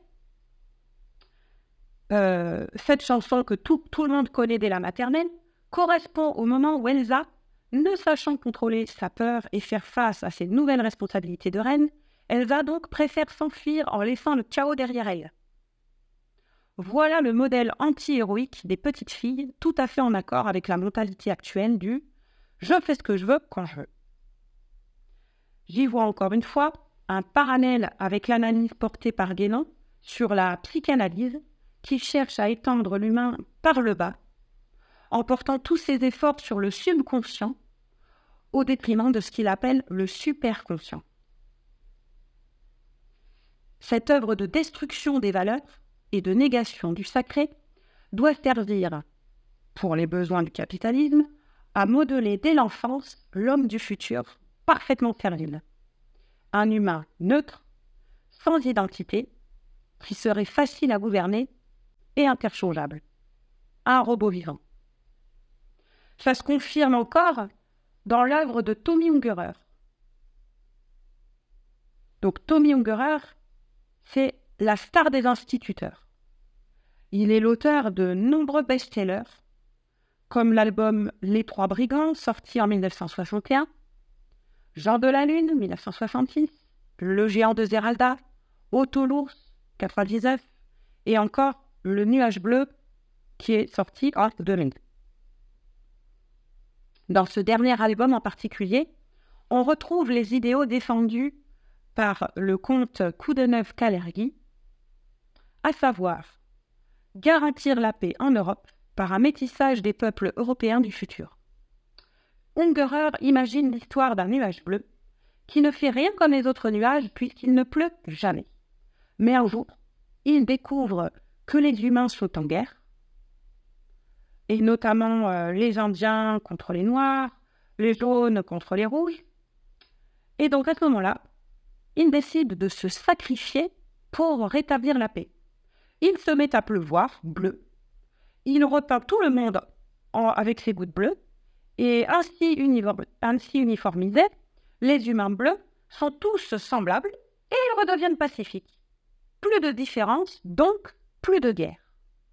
cette chanson que tout le monde connaît dès la maternelle, correspond au moment où Elsa, ne sachant contrôler sa peur et faire face à ses nouvelles responsabilités de reine, Elsa donc préfère s'enfuir en laissant le chaos derrière elle. Voilà le modèle anti-héroïque des petites filles, tout à fait en accord avec la mentalité actuelle du « je fais ce que je veux quand je veux ». J'y vois encore une fois un parallèle avec l'analyse portée par Guénon sur la psychanalyse qui cherche à étendre l'humain par le bas, en portant tous ses efforts sur le subconscient au détriment de ce qu'il appelle le superconscient. Cette œuvre de destruction des valeurs et de négation du sacré doit servir, pour les besoins du capitalisme, à modeler dès l'enfance l'homme du futur parfaitement servile. Un humain neutre, sans identité, qui serait facile à gouverner et interchangeable. Un robot vivant. Ça se confirme encore dans l'œuvre de Tommy Ungerer. Donc Tommy Ungerer, c'est la star des instituteurs. Il est l'auteur de nombreux best-sellers, comme l'album Les Trois Brigands, sorti en 1961, Jean de la Lune, 1966, Le Géant de Zeralda, Otto l'ours, 99, et encore Le Nuage bleu, qui est sorti en 2000. Dans ce dernier album en particulier, on retrouve les idéaux défendus par le comte Koudenov-Kalergi, à savoir garantir la paix en Europe par un métissage des peuples européens du futur. Ungerer imagine l'histoire d'un nuage bleu qui ne fait rien comme les autres nuages puisqu'il ne pleut jamais. Mais un jour, il découvre que les humains sont en guerre, et notamment les Indiens contre les Noirs, les Jaunes contre les Rouges. Et donc à ce moment-là, il décide de se sacrifier pour rétablir la paix. Il se met à pleuvoir bleu. Il repeint tout le monde avec ses gouttes bleues. Et ainsi uniformisés, les humains bleus sont tous semblables et ils redeviennent pacifiques. Plus de différence, donc plus de guerre.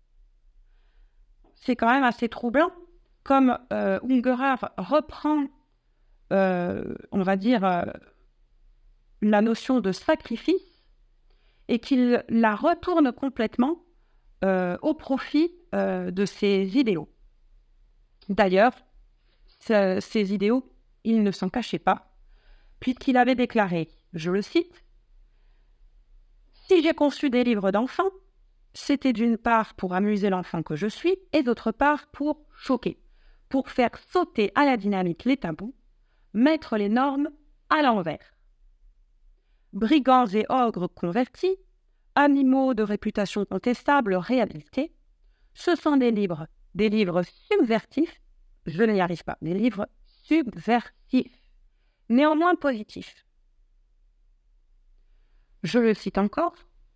C'est quand même assez troublant, comme Ungerer reprend, on va dire, la notion de sacrifice et qu'il la retourne complètement au profit de ses idéaux. D'ailleurs, ces idéaux, il ne s'en cachait pas, puisqu'il avait déclaré, je le cite, « Si j'ai conçu des livres d'enfants, c'était d'une part pour amuser l'enfant que je suis, et d'autre part pour choquer, pour faire sauter à la dynamite les tabous, mettre les normes à l'envers. Brigands et ogres convertis, animaux de réputation contestable réhabilités, ce sont des livres subversifs, je n'y arrive pas, des livres subversifs, néanmoins positifs. » Je le cite encore.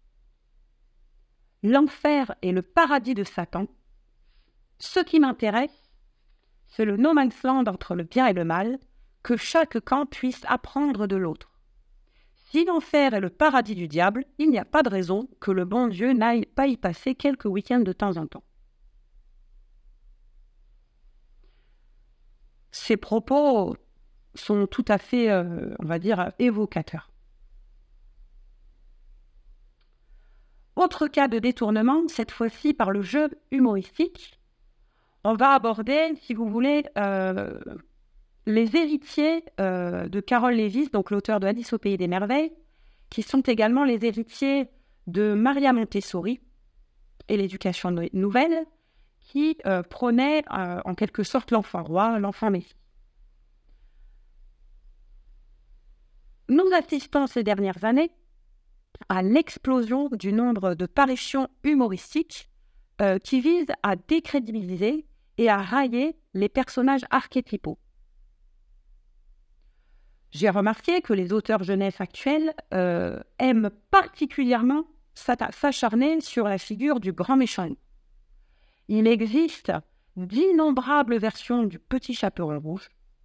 « L'enfer est le paradis de Satan. Ce qui m'intéresse, c'est le no man's land entre le bien et le mal, que chaque camp puisse apprendre de l'autre. Si l'enfer est le paradis du diable, il n'y a pas de raison que le bon Dieu n'aille pas y passer quelques week-ends de temps en temps. » Ces propos sont tout à fait, on va dire, évocateurs. Autre cas de détournement, cette fois-ci par le jeu humoristique. On va aborder, si vous voulez, les héritiers de Carol Levis, donc l'auteur de Alice au Pays des Merveilles, qui sont également les héritiers de Maria Montessori et l'éducation nouvelle, qui prônait en quelque sorte l'enfant roi, l'enfant messie. Nous assistons ces dernières années à l'explosion du nombre de parutions humoristiques qui visent à décrédibiliser et à railler les personnages archétypaux. J'ai remarqué que les auteurs jeunesse actuels aiment particulièrement s'acharner sur la figure du grand méchant. Il existe d'innombrables versions du petit chaperon rouge.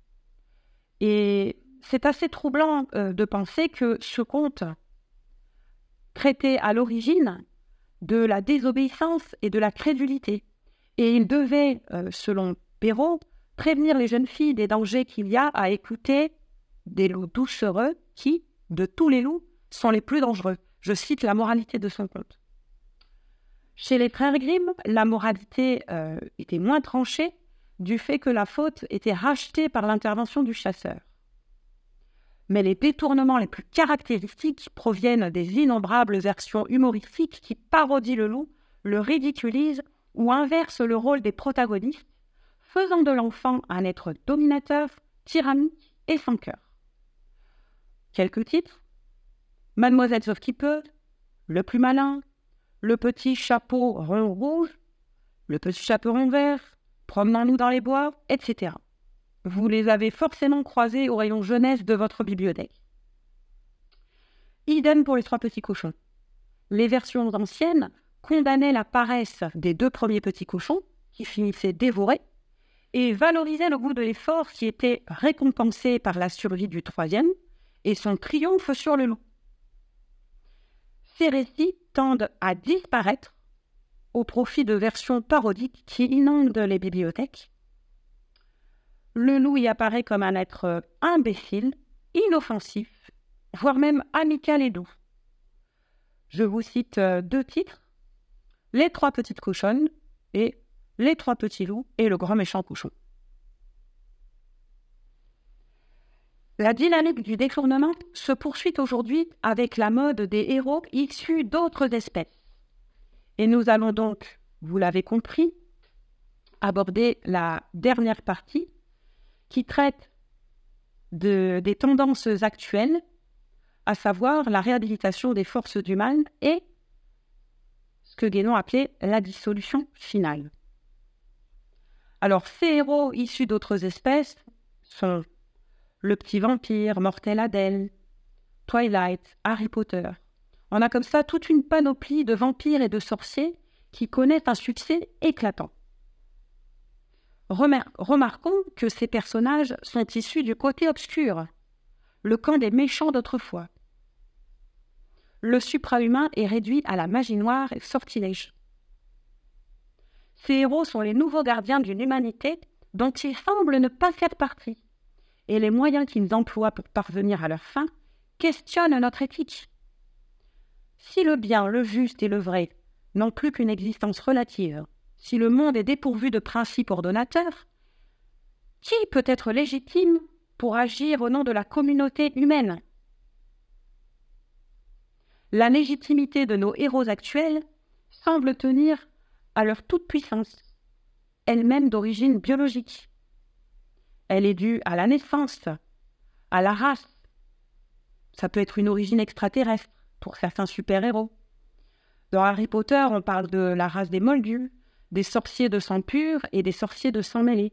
Et c'est assez troublant de penser que ce conte traitait à l'origine de la désobéissance et de la crédulité. Et il devait, selon Perrault, prévenir les jeunes filles des dangers qu'il y a à écouter des loups doucereux qui, de tous les loups, sont les plus dangereux. Je cite la moralité de son conte. Chez les frères Grimm, la moralité était moins tranchée du fait que la faute était rachetée par l'intervention du chasseur. Mais les détournements les plus caractéristiques proviennent des innombrables versions humoristiques qui parodient le loup, le ridiculisent ou inversent le rôle des protagonistes, faisant de l'enfant un être dominateur, tyrannique et sans cœur. Quelques titres : Mademoiselle Sauve-qui-peut, Le plus malin, Le petit chapeau rond rouge, Le petit chaperon vert, Promenons-nous dans les bois, etc. Vous les avez forcément croisés au rayon jeunesse de votre bibliothèque. Idem pour les trois petits cochons. Les versions anciennes condamnaient la paresse des deux premiers petits cochons, qui finissaient dévorés, et valorisaient le goût de l'effort qui était récompensé par la survie du troisième et son triomphe sur le loup. Ces récits tendent à disparaître au profit de versions parodiques qui inondent les bibliothèques. Le loup y apparaît comme un être imbécile, inoffensif, voire même amical et doux. Je vous cite deux titres, Les trois petites cochonnes et Les trois petits loups et le grand méchant cochon. La dynamique du détournement se poursuit aujourd'hui avec la mode des héros issus d'autres espèces. Et nous allons donc, vous l'avez compris, aborder la dernière partie qui traite des tendances actuelles, à savoir la réhabilitation des forces du mal et ce que Guénon appelait la dissolution finale. Alors, ces héros issus d'autres espèces sont le petit vampire, Mortel Adèle, Twilight, Harry Potter. On a comme ça toute une panoplie de vampires et de sorciers qui connaissent un succès éclatant. Remarquons que ces personnages sont issus du côté obscur, le camp des méchants d'autrefois. Le suprahumain est réduit à la magie noire et sortilège. Ces héros sont les nouveaux gardiens d'une humanité dont ils semblent ne pas faire partie, et les moyens qu'ils emploient pour parvenir à leur fin questionnent notre éthique. Si le bien, le juste et le vrai n'ont plus qu'une existence relative, si le monde est dépourvu de principes ordonnateurs, qui peut être légitime pour agir au nom de la communauté humaine ? La légitimité de nos héros actuels semble tenir à leur toute-puissance, elle-même d'origine biologique. Elle est due à la naissance, à la race. Ça peut être une origine extraterrestre pour certains super-héros. Dans Harry Potter, on parle de la race des Moldus, des sorciers de sang pur et des sorciers de sang mêlé.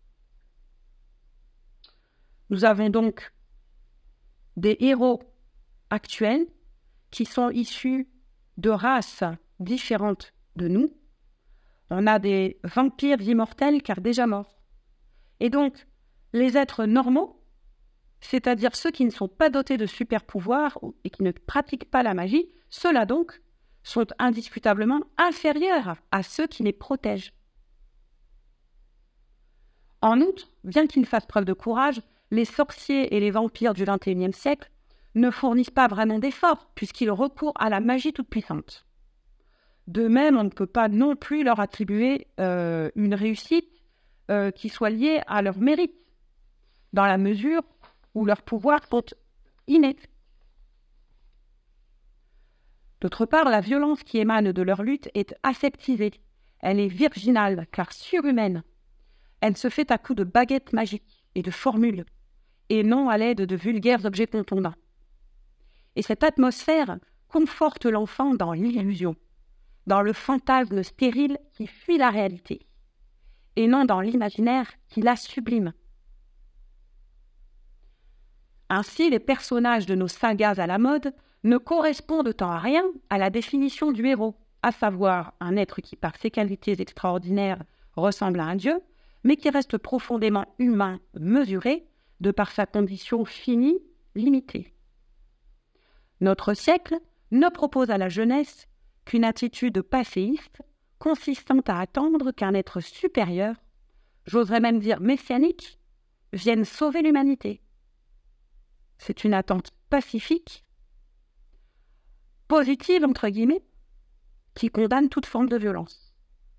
Nous avons donc des héros actuels qui sont issus de races différentes de nous. On a des vampires immortels car déjà morts. Et donc, les êtres normaux, c'est-à-dire ceux qui ne sont pas dotés de super-pouvoirs et qui ne pratiquent pas la magie, ceux-là donc sont indiscutablement inférieurs à ceux qui les protègent. En outre, bien qu'ils fassent preuve de courage, les sorciers et les vampires du XXIe siècle ne fournissent pas vraiment d'efforts puisqu'ils recourent à la magie toute-puissante. De même, on ne peut pas non plus leur attribuer une réussite qui soit liée à leur mérite, dans la mesure où leurs pouvoirs sont innés. D'autre part, la violence qui émane de leur lutte est aseptisée. Elle est virginale, car surhumaine. Elle se fait à coups de baguettes magiques et de formules, et non à l'aide de vulgaires objets contondants. Et cette atmosphère conforte l'enfant dans l'illusion, dans le fantasme stérile qui fuit la réalité, et non dans l'imaginaire qui la sublime. Ainsi, les personnages de nos sagas à la mode ne correspondent en rien à la définition du héros, à savoir un être qui, par ses qualités extraordinaires, ressemble à un dieu, mais qui reste profondément humain, mesuré, de par sa condition finie, limitée. Notre siècle ne propose à la jeunesse qu'une attitude passéiste, consistant à attendre qu'un être supérieur, j'oserais même dire messianique, vienne sauver l'humanité. C'est une attente pacifique, positive, entre guillemets, qui condamne toute forme de violence.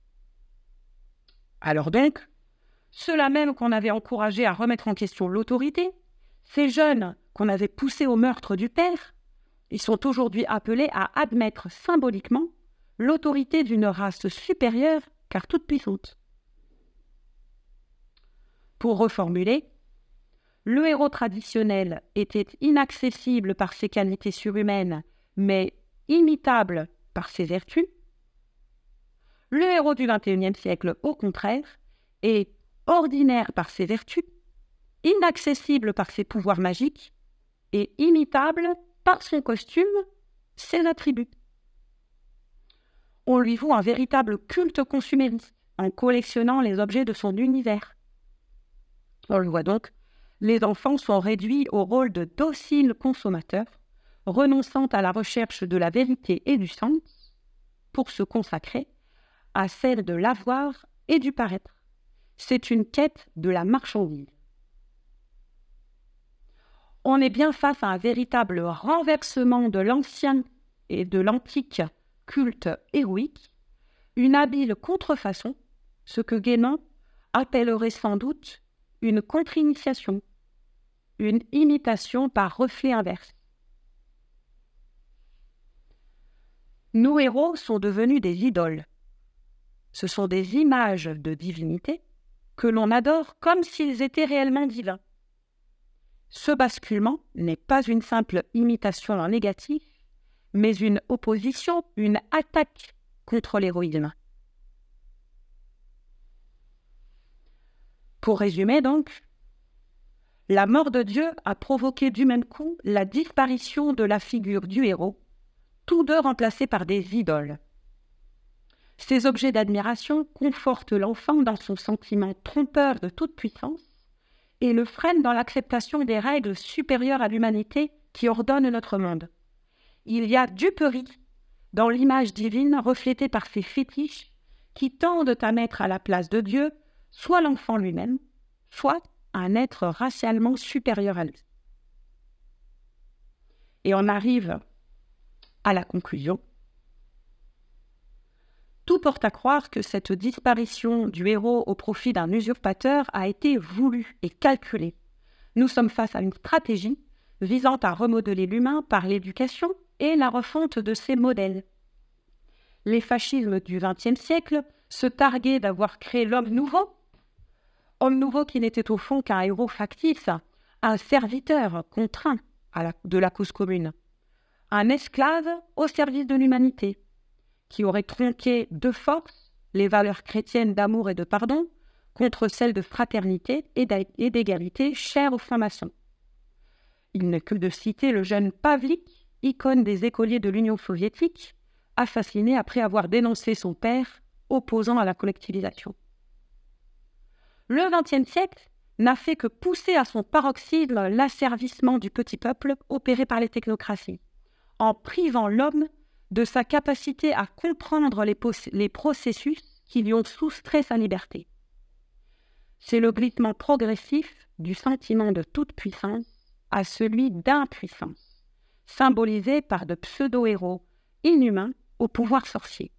Alors donc, ceux-là même qu'on avait encouragés à remettre en question l'autorité, ces jeunes qu'on avait poussés au meurtre du père, ils sont aujourd'hui appelés à admettre symboliquement l'autorité d'une race supérieure car toute puissante. Pour reformuler, le héros traditionnel était inaccessible par ses qualités surhumaines, mais imitable par ses vertus. Le héros du XXIe siècle, au contraire, est ordinaire par ses vertus, inaccessible par ses pouvoirs magiques et imitable par son costume, ses attributs. On lui voue un véritable culte consumériste en collectionnant les objets de son univers. On le voit donc, les enfants sont réduits au rôle de dociles consommateurs, renonçant à la recherche de la vérité et du sens, pour se consacrer à celle de l'avoir et du paraître. C'est une quête de la marchandise. On est bien face à un véritable renversement de l'ancien et de l'antique culte héroïque, une habile contrefaçon, ce que Guénon appellerait sans doute une contre-initiation. une imitation par reflet inverse. Nos héros sont devenus des idoles. Ce sont des images de divinité que l'on adore comme s'ils étaient réellement divins. Ce basculement n'est pas une simple imitation en négatif, mais une opposition, une attaque contre l'héroïsme. Pour résumer donc, la mort de Dieu a provoqué du même coup la disparition de la figure du héros, tous deux remplacés par des idoles. Ces objets d'admiration confortent l'enfant dans son sentiment trompeur de toute puissance et le freinent dans l'acceptation des règles supérieures à l'humanité qui ordonnent notre monde. Il y a duperie dans l'image divine reflétée par ces fétiches qui tendent à mettre à la place de Dieu soit l'enfant lui-même, soit un être racialement supérieur à lui. Et on arrive à la conclusion. Tout porte à croire que cette disparition du héros au profit d'un usurpateur a été voulue et calculée. Nous sommes face à une stratégie visant à remodeler l'humain par l'éducation et la refonte de ses modèles. Les fascismes du XXe siècle se targuaient d'avoir créé l'homme nouveau qui n'était au fond qu'un héros factice, un serviteur contraint de la cause commune, un esclave au service de l'humanité, qui aurait tronqué de force les valeurs chrétiennes d'amour et de pardon contre celles de fraternité et d'égalité chères aux francs-maçons. Il n'est que de citer le jeune Pavlik, icône des écoliers de l'Union soviétique, assassiné après avoir dénoncé son père, opposant à la collectivisation. Le XXe siècle n'a fait que pousser à son paroxysme l'asservissement du petit peuple opéré par les technocraties, en privant l'homme de sa capacité à comprendre les processus qui lui ont soustrait sa liberté. C'est le glissement progressif du sentiment de toute puissance à celui d'impuissance, symbolisé par de pseudo-héros inhumains au pouvoir sorcier.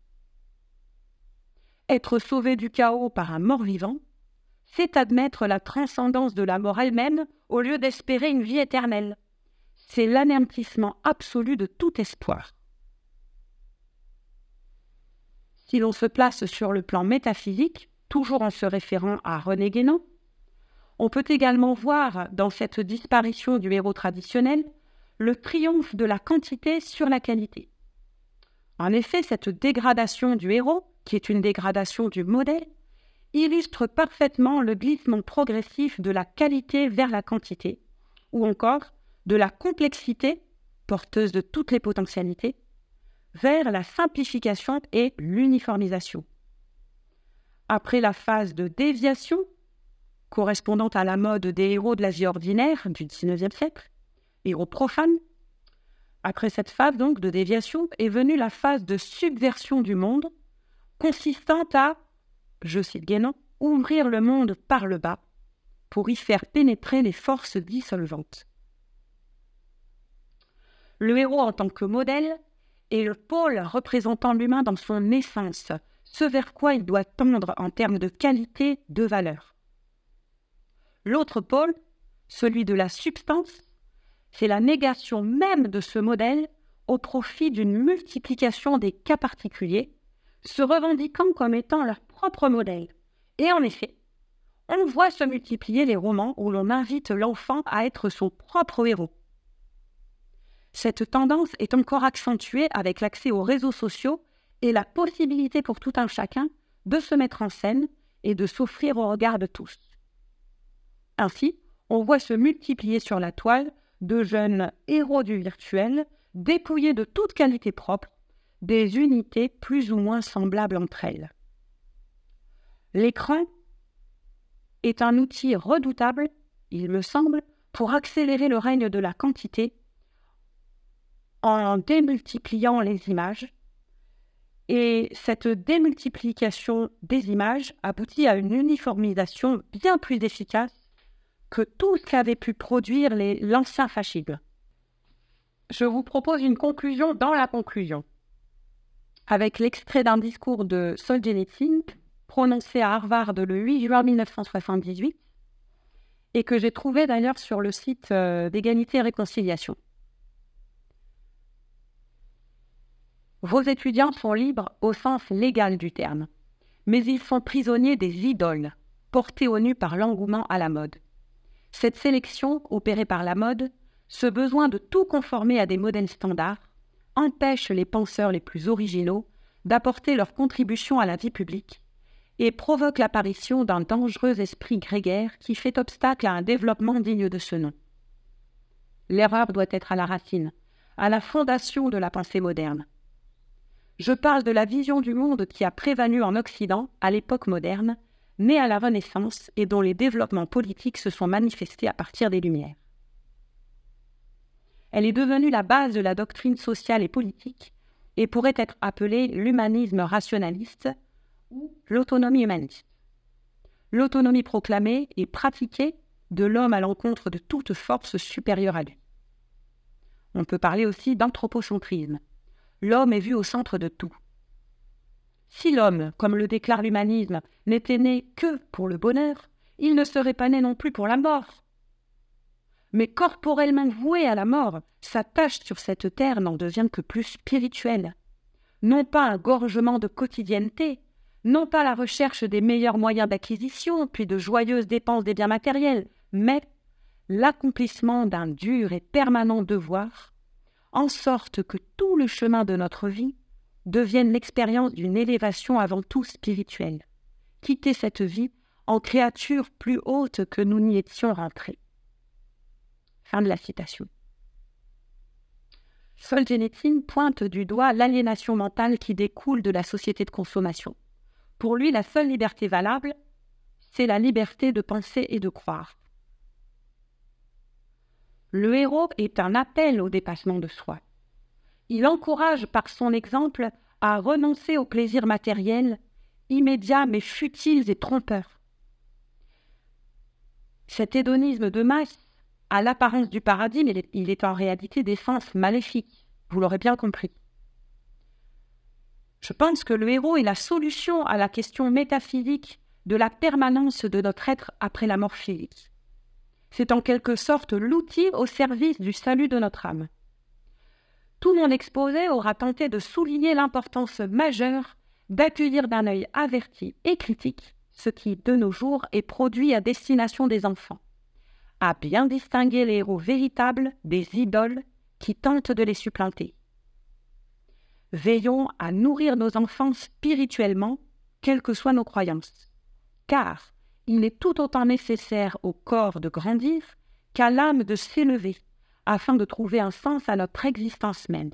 Être sauvé du chaos par un mort-vivant, c'est admettre la transcendance de la mort elle-même au lieu d'espérer une vie éternelle. C'est l'anéantissement absolu de tout espoir. Si l'on se place sur le plan métaphysique, toujours en se référant à René Guénon, on peut également voir dans cette disparition du héros traditionnel le triomphe de la quantité sur la qualité. En effet, cette dégradation du héros, qui est une dégradation du modèle, illustre parfaitement le glissement progressif de la qualité vers la quantité, ou encore de la complexité, porteuse de toutes les potentialités, vers la simplification et l'uniformisation. Après la phase de déviation, correspondant à la mode des héros de la vie ordinaire du XIXe siècle, héros profanes, après cette phase donc de déviation est venue la phase de subversion du monde, consistant à, je cite Guénon, ouvrir le monde par le bas pour y faire pénétrer les forces dissolvantes. Le héros en tant que modèle est le pôle représentant l'humain dans son essence, ce vers quoi il doit tendre en termes de qualité, de valeur. L'autre pôle, celui de la substance, c'est la négation même de ce modèle au profit d'une multiplication des cas particuliers, se revendiquant comme étant leur propre modèle. Et en effet, on voit se multiplier les romans où l'on invite l'enfant à être son propre héros. Cette tendance est encore accentuée avec l'accès aux réseaux sociaux et la possibilité pour tout un chacun de se mettre en scène et de s'offrir au regard de tous. Ainsi, on voit se multiplier sur la toile de jeunes héros du virtuel, dépouillés de toute qualité propre, des unités plus ou moins semblables entre elles. L'écran est un outil redoutable, il me semble, pour accélérer le règne de la quantité en démultipliant les images. Et cette démultiplication des images aboutit à une uniformisation bien plus efficace que tout ce qu'avaient pu produire l'ancien fascisme. Je vous propose une conclusion dans la conclusion, avec l'extrait d'un discours de Solzhenitsyn prononcé à Harvard le 8 juin 1978 et que j'ai trouvé d'ailleurs sur le site d'Égalité et Réconciliation. Vos étudiants sont libres au sens légal du terme, mais ils sont prisonniers des idoles, portées au nu par l'engouement à la mode. Cette sélection, opérée par la mode, ce besoin de tout conformer à des modèles standards, empêche les penseurs les plus originaux d'apporter leur contribution à la vie publique et provoque l'apparition d'un dangereux esprit grégaire qui fait obstacle à un développement digne de ce nom. L'erreur doit être à la racine, à la fondation de la pensée moderne. Je parle de la vision du monde qui a prévalu en Occident à l'époque moderne, née à la Renaissance et dont les développements politiques se sont manifestés à partir des Lumières. Elle est devenue la base de la doctrine sociale et politique et pourrait être appelée l'humanisme rationaliste ou l'autonomie humaniste. L'autonomie proclamée et pratiquée de l'homme à l'encontre de toute force supérieure à lui. On peut parler aussi d'anthropocentrisme. L'homme est vu au centre de tout. Si l'homme, comme le déclare l'humanisme, n'était né que pour le bonheur, il ne serait pas né non plus pour la mort. Mais corporellement voué à la mort, sa tâche sur cette terre n'en devient que plus spirituelle. Non pas un gorgement de quotidienneté, non pas la recherche des meilleurs moyens d'acquisition, puis de joyeuses dépenses des biens matériels, mais l'accomplissement d'un dur et permanent devoir, en sorte que tout le chemin de notre vie devienne l'expérience d'une élévation avant tout spirituelle. Quitter cette vie en créature plus haute que nous n'y étions rentrés. Fin de la citation. Solzhenitsyn pointe du doigt l'aliénation mentale qui découle de la société de consommation. Pour lui, la seule liberté valable, c'est la liberté de penser et de croire. Le héros est un appel au dépassement de soi. Il encourage par son exemple à renoncer aux plaisirs matériels, immédiats mais futiles et trompeurs. Cet hédonisme de masse, à l'apparence du paradis, mais il est en réalité d'essence maléfique, vous l'aurez bien compris. Je pense que le héros est la solution à la question métaphysique de la permanence de notre être après la mort physique. C'est en quelque sorte l'outil au service du salut de notre âme. Tout mon exposé aura tenté de souligner l'importance majeure d'accueillir d'un œil averti et critique ce qui, de nos jours, est produit à destination des enfants, à bien distinguer les héros véritables des idoles qui tentent de les supplanter. Veillons à nourrir nos enfants spirituellement, quelles que soient nos croyances, car il est tout autant nécessaire au corps de grandir qu'à l'âme de s'élever, afin de trouver un sens à notre existence même.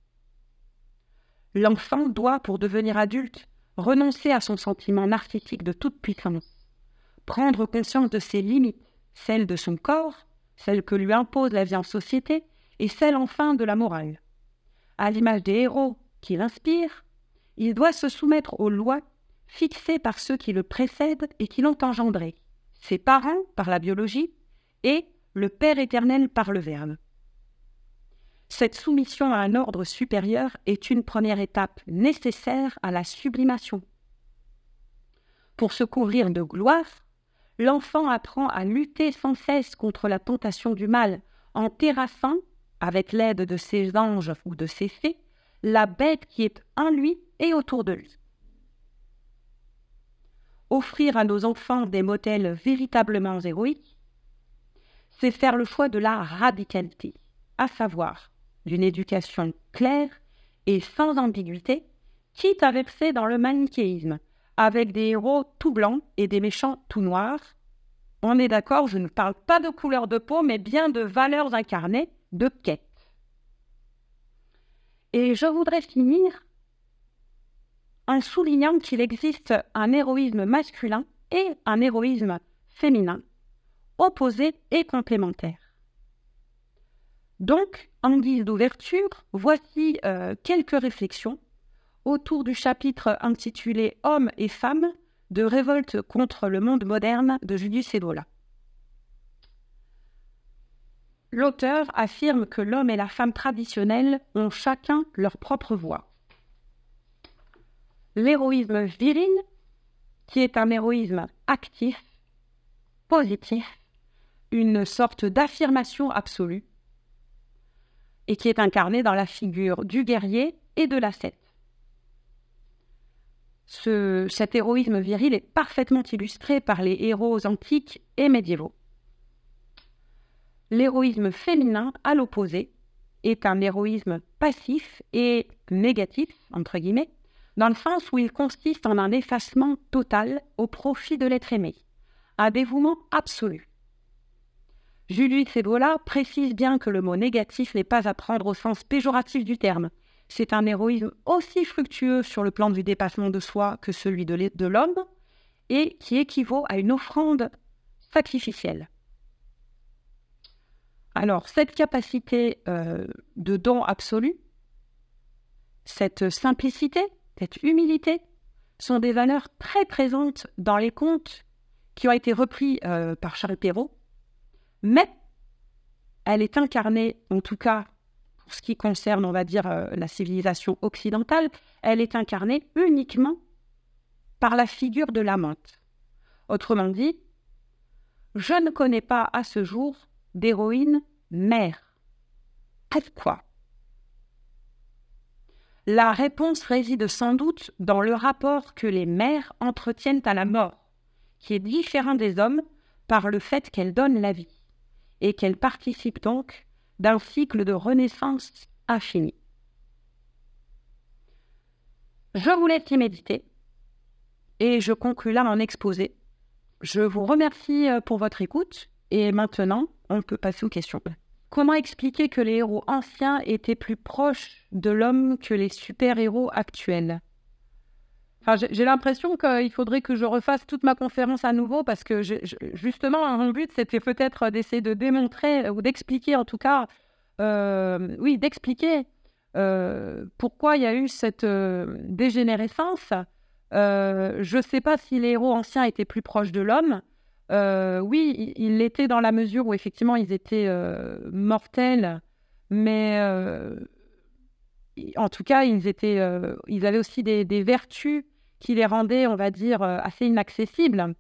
L'enfant doit, pour devenir adulte, renoncer à son sentiment narcissique de toute puissance, prendre conscience de ses limites, celles de son corps, celles que lui impose la vie en société, et celles enfin de la morale. À l'image des héros qui l'inspirent, il doit se soumettre aux lois fixées par ceux qui le précèdent et qui l'ont engendré, ses parents par la biologie et le Père éternel par le Verbe. Cette soumission à un ordre supérieur est une première étape nécessaire à la sublimation. Pour se couvrir de gloire, l'enfant apprend à lutter sans cesse contre la tentation du mal en terrassant, avec l'aide de ses anges ou de ses fées, la bête qui est en lui et autour de lui. Offrir à nos enfants des modèles véritablement héroïques, c'est faire le choix de la radicalité, à savoir d'une éducation claire et sans ambiguïté, quitte à verser dans le manichéisme, avec des héros tout blancs et des méchants tout noirs. On est d'accord, je ne parle pas de couleur de peau, mais bien de valeurs incarnées, de quêtes. Et je voudrais finir en soulignant qu'il existe un héroïsme masculin et un héroïsme féminin, opposés et complémentaires. Donc, en guise d'ouverture, voici quelques réflexions autour du chapitre intitulé « Hommes et femmes » de Révolte contre le monde moderne de Julius Evola. L'auteur affirme que l'homme et la femme traditionnels ont chacun leur propre voie. L'héroïsme viril, qui est un héroïsme actif, positif, une sorte d'affirmation absolue et qui est incarnée dans la figure du guerrier et de l'ascète. Cet héroïsme viril est parfaitement illustré par les héros antiques et médiévaux. L'héroïsme féminin, à l'opposé, est un héroïsme passif et négatif, entre guillemets, dans le sens où il consiste en un effacement total au profit de l'être aimé, un dévouement absolu. Julius Evola précise bien que le mot négatif n'est pas à prendre au sens péjoratif du terme. C'est un héroïsme aussi fructueux sur le plan du dépassement de soi que celui de l'homme et qui équivaut à une offrande sacrificielle. Alors, cette capacité de don absolu, cette simplicité, cette humilité, sont des valeurs très présentes dans les contes qui ont été repris par Charles Perrault, mais elle est incarnée, en tout cas pour ce qui concerne, on va dire, la civilisation occidentale, elle est incarnée uniquement par la figure de l'amante. Autrement dit, je ne connais pas à ce jour d'héroïne mère. Pourquoi ? La réponse réside sans doute dans le rapport que les mères entretiennent à la mort, qui est différent des hommes par le fait qu'elles donnent la vie, et qu'elles participent donc d'un cycle de renaissance infini. Je vous laisse y méditer, et je conclus là mon exposé. Je vous remercie pour votre écoute, et maintenant, on peut passer aux questions. Comment expliquer que les héros anciens étaient plus proches de l'homme que les super-héros actuels ? Enfin, j'ai l'impression qu'il faudrait que je refasse toute ma conférence à nouveau parce que justement, mon but, c'était peut-être d'essayer de démontrer ou d'expliquer en tout cas, d'expliquer pourquoi il y a eu cette dégénérescence. Je ne sais pas si les héros anciens étaient plus proches de l'homme. Oui, ils l'étaient dans la mesure où effectivement ils étaient mortels, mais en tout cas ils avaient aussi des vertus qui les rendaient, on va dire, assez inaccessibles.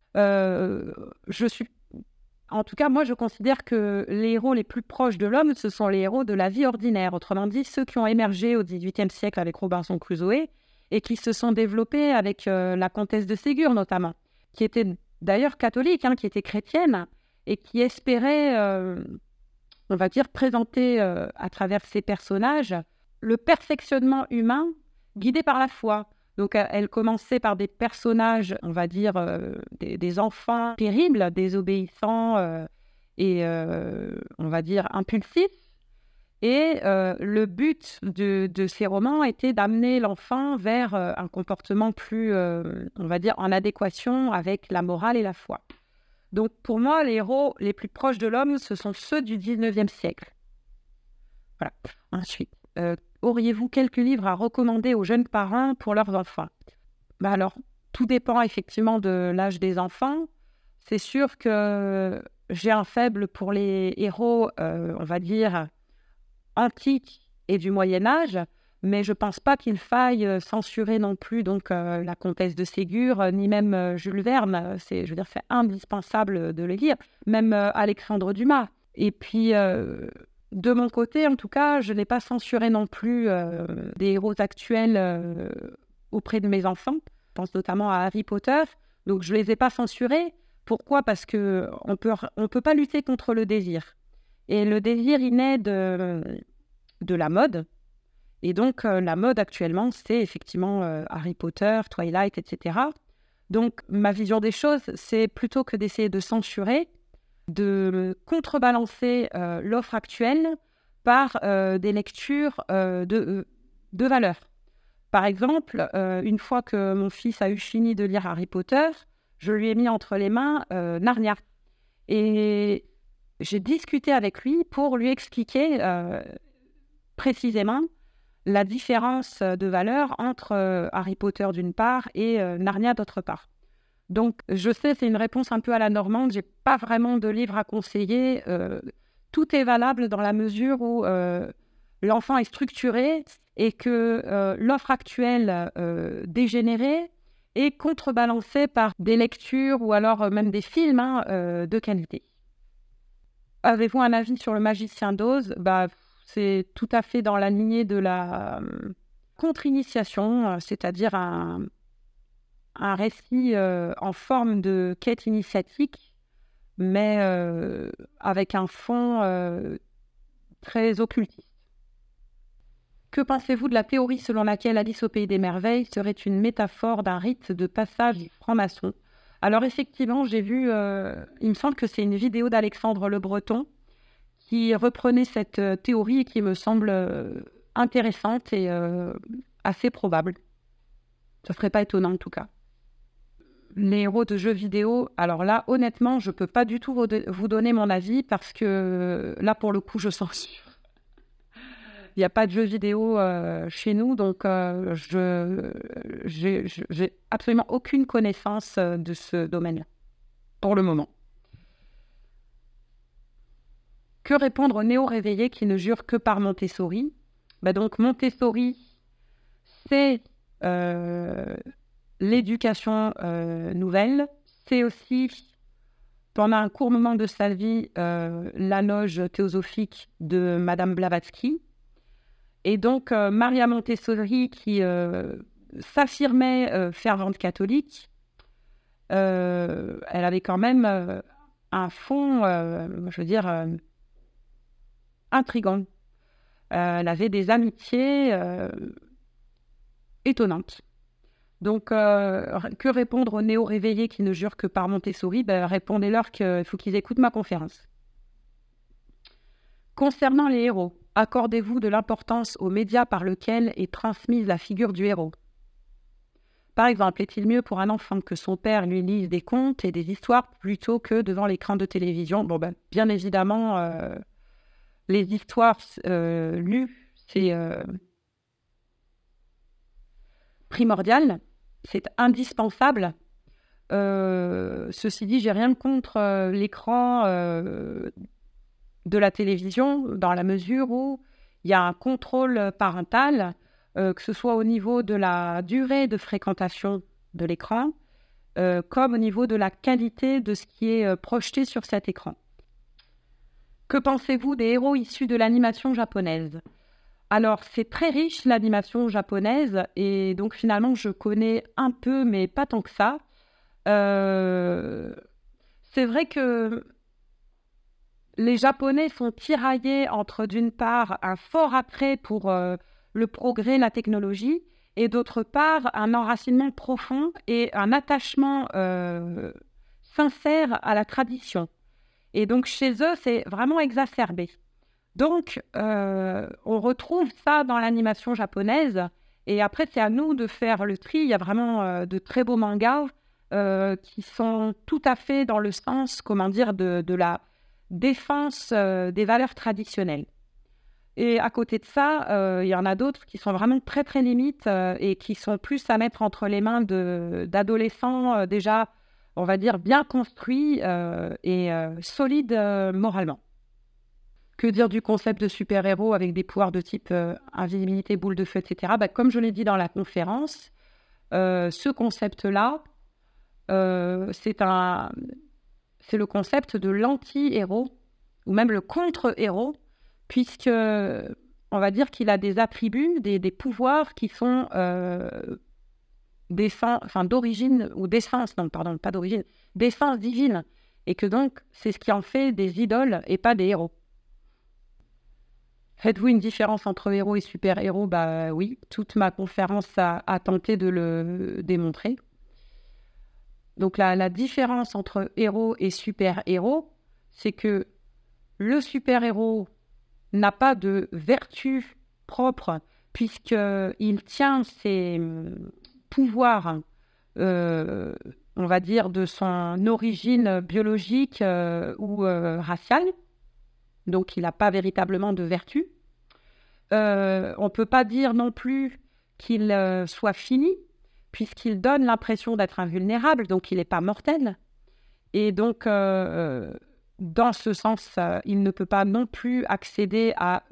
En tout cas, moi je considère que les héros les plus proches de l'homme, ce sont les héros de la vie ordinaire, autrement dit ceux qui ont émergé au XVIIIe siècle avec Robinson Crusoe et qui se sont développés avec la comtesse de Ségur notamment, qui était d'ailleurs catholique, qui était chrétienne, et qui espérait, on va dire, présenter à travers ses personnages le perfectionnement humain guidé par la foi. Donc, elle commençait par des personnages, on va dire, des enfants terribles, désobéissants et, on va dire, impulsifs. Et le but de ces romans était d'amener l'enfant vers un comportement plus, on va dire, en adéquation avec la morale et la foi. Donc, pour moi, les héros les plus proches de l'homme, ce sont ceux du 19e siècle. Voilà. Ensuite, auriez-vous quelques livres à recommander aux jeunes parents pour leurs enfants ? Alors, tout dépend effectivement de l'âge des enfants. C'est sûr que j'ai un faible pour les héros, on va dire, antiques et du Moyen-Âge, mais je ne pense pas qu'il faille censurer non plus donc, la comtesse de Ségur, ni même Jules Verne. C'est indispensable de les lire, même Alexandre Dumas. Et puis, de mon côté, en tout cas, je n'ai pas censuré non plus des héros actuels auprès de mes enfants. Je pense notamment à Harry Potter. Donc, je ne les ai pas censurés. Pourquoi ? Parce qu'on peut pas lutter contre le désir. Et le désir, il naît de la mode. Et donc, la mode actuellement, c'est effectivement Harry Potter, Twilight, etc. Donc, ma vision des choses, c'est plutôt que d'essayer de censurer, de contrebalancer l'offre actuelle par des lectures de valeur. Par exemple, une fois que mon fils a eu fini de lire Harry Potter, je lui ai mis entre les mains Narnia. Et j'ai discuté avec lui pour lui expliquer précisément la différence de valeur entre Harry Potter d'une part et Narnia d'autre part. Donc, je sais, c'est une réponse un peu à la normande, j'ai pas vraiment de livre à conseiller. Tout est valable dans la mesure où l'enfant est structuré et que l'offre actuelle dégénérée est contrebalancée par des lectures ou alors même des films de qualité. Avez-vous un avis sur le magicien d'Oz? C'est tout à fait dans la lignée de la contre-initiation, c'est-à-dire un récit en forme de quête initiatique, mais avec un fond très occultiste. Que pensez-vous de la théorie selon laquelle Alice au Pays des Merveilles serait une métaphore d'un rite de passage franc-maçon? Alors effectivement, j'ai vu, il me semble que c'est une vidéo d'Alexandre Le Breton qui reprenait cette théorie et qui me semble intéressante et assez probable. Ça ne serait pas étonnant en tout cas. Les héros de jeux vidéo, alors là, honnêtement, je ne peux pas du tout vous donner mon avis parce que là, pour le coup, je censure. Il n'y a pas de jeux vidéo chez nous, donc j'ai absolument aucune connaissance de ce domaine-là, pour le moment. Que répondre aux néo-réveillés qui ne jurent que par Montessori? Donc Montessori, c'est l'éducation nouvelle. C'est aussi, pendant un court moment de sa vie, la loge théosophique de Madame Blavatsky. Et donc, Maria Montessori, qui s'affirmait fervente catholique, elle avait quand même un fond, intrigant. Elle avait des amitiés étonnantes. Donc, que répondre aux néo-réveillés qui ne jurent que par Montessori? Répondez-leur qu'il faut qu'ils écoutent ma conférence. Concernant les héros, accordez-vous de l'importance aux médias par lesquels est transmise la figure du héros? Par exemple, est-il mieux pour un enfant que son père lui lise des contes et des histoires plutôt que devant l'écran de télévision? Bien évidemment, les histoires lues, c'est primordial, c'est indispensable. Ceci dit, j'ai rien contre l'écran de la télévision, dans la mesure où il y a un contrôle parental, que ce soit au niveau de la durée de fréquentation de l'écran, comme au niveau de la qualité de ce qui est projeté sur cet écran. Que pensez-vous des héros issus de l'animation japonaise? Alors, c'est très riche l'animation japonaise, et donc finalement, je connais un peu, mais pas tant que ça. C'est vrai que les Japonais sont tiraillés entre, d'une part, un fort attrait pour le progrès, la technologie, et d'autre part, un enracinement profond et un attachement sincère à la tradition. Et donc, chez eux, c'est vraiment exacerbé. Donc, on retrouve ça dans l'animation japonaise. Et après, c'est à nous de faire le tri. Il y a vraiment de très beaux mangas qui sont tout à fait dans le sens, de la défense des valeurs traditionnelles. Et à côté de ça, il y en a d'autres qui sont vraiment très, très limites et qui sont plus à mettre entre les mains d'adolescents déjà, on va dire, bien construits et solides moralement. Que dire du concept de super-héros avec des pouvoirs de type invisibilité, boule de feu, etc. Comme je l'ai dit dans la conférence, ce concept-là, c'est le concept de l'anti-héros, ou même le contre-héros, puisque on va dire qu'il a des attributs, des pouvoirs qui sont d'origine, ou d'essence, non, pardon, pas d'origine, d'essence divine, et que donc, c'est ce qui en fait des idoles et pas des héros. Faites-vous une différence entre héros et super-héros? Oui, toute ma conférence a tenté de le démontrer. Donc la différence entre héros et super-héros, c'est que le super-héros n'a pas de vertu propre puisqu'il tient ses pouvoirs, on va dire, de son origine biologique ou raciale. Donc il n'a pas véritablement de vertu. On ne peut pas dire non plus qu'il soit fini, puisqu'il donne l'impression d'être invulnérable, donc il n'est pas mortel. Et donc, dans ce sens, il ne peut pas non plus accéder à,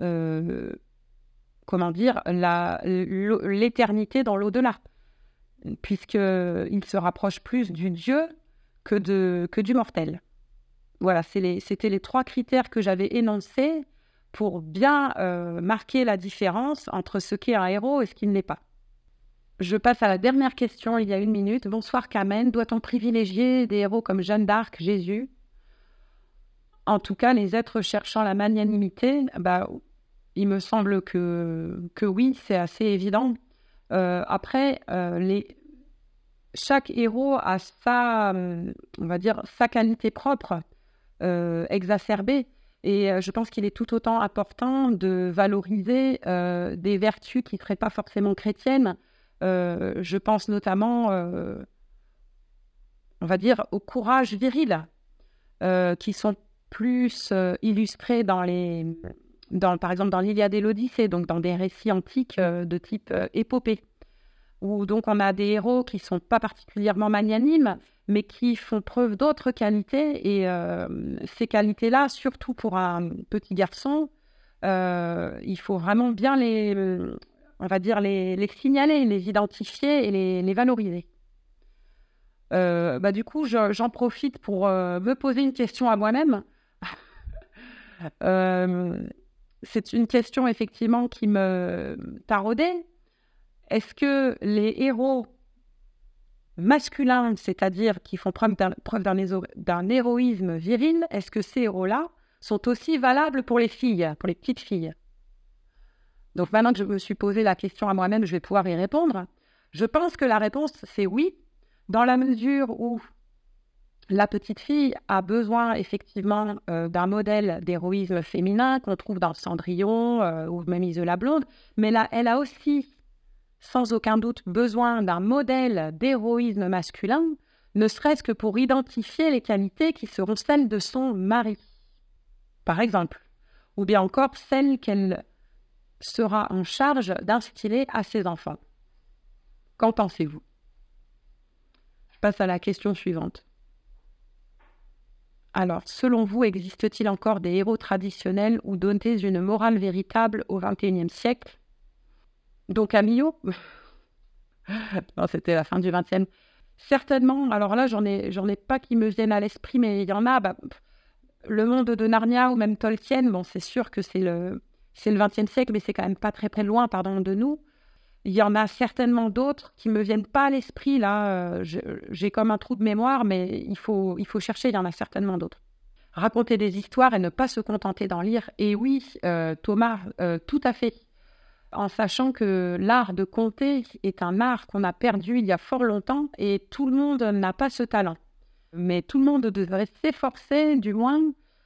l'éternité dans l'au-delà, puisqu'il se rapproche plus du Dieu que du mortel. Voilà, c'était les 3 critères que j'avais énoncés pour bien marquer la différence entre ce qu'est un héros et ce qui ne l'est pas. Je passe à la dernière question, il y a 1 minute. Bonsoir Kamen, doit-on privilégier des héros comme Jeanne d'Arc, Jésus? En tout cas, les êtres cherchant la magnanimité, il me semble que oui, c'est assez évident. Après, chaque héros a on va dire, sa qualité propre, exacerbée. Et je pense qu'il est tout autant important de valoriser des vertus qui ne seraient pas forcément chrétiennes. Je pense notamment, on va dire, au courage viril, qui sont plus illustrés par exemple dans l'Iliade et l'Odyssée, donc dans des récits antiques de type épopée, où donc on a des héros qui ne sont pas particulièrement magnanimes, mais qui font preuve d'autres qualités. Et ces qualités-là, surtout pour un petit garçon, il faut vraiment bien on va dire les signaler, les identifier et les valoriser. Du coup, j'en profite pour me poser une question à moi-même. C'est une question effectivement qui me taraudait. Est-ce que les héros masculins, c'est-à-dire qui font preuve d'un héroïsme viril, est-ce que ces héros-là sont aussi valables pour les filles, pour les petites filles? Donc maintenant que je me suis posé la question à moi-même, je vais pouvoir y répondre. Je pense que la réponse, c'est oui, dans la mesure où la petite fille a besoin effectivement d'un modèle d'héroïsme féminin qu'on trouve dans Cendrillon ou même Isola Blonde, mais là, elle a aussi, sans aucun doute, besoin d'un modèle d'héroïsme masculin, ne serait-ce que pour identifier les qualités qui seront celles de son mari, par exemple, ou bien encore celles qu'elle sera en charge d'instiller à ses enfants. Qu'en pensez-vous? Je passe à la question suivante. Alors, selon vous, existe-t-il encore des héros traditionnels ou dotés d'une morale véritable au XXIe siècle? Donc, Camillo? Non, c'était la fin du XXe. Certainement, alors là, j'en ai pas qui me viennent à l'esprit, mais il y en a. Le monde de Narnia ou même Tolkien, bon, c'est sûr que c'est le XXe siècle, mais c'est quand même pas très très loin, de nous. Il y en a certainement d'autres qui me viennent pas à l'esprit, là. J'ai comme un trou de mémoire, mais il faut chercher, il y en a certainement d'autres. Raconter des histoires et ne pas se contenter d'en lire. Et oui, Thomas, tout à fait. En sachant que l'art de conter est un art qu'on a perdu il y a fort longtemps et tout le monde n'a pas ce talent. Mais tout le monde devrait s'efforcer, du moins,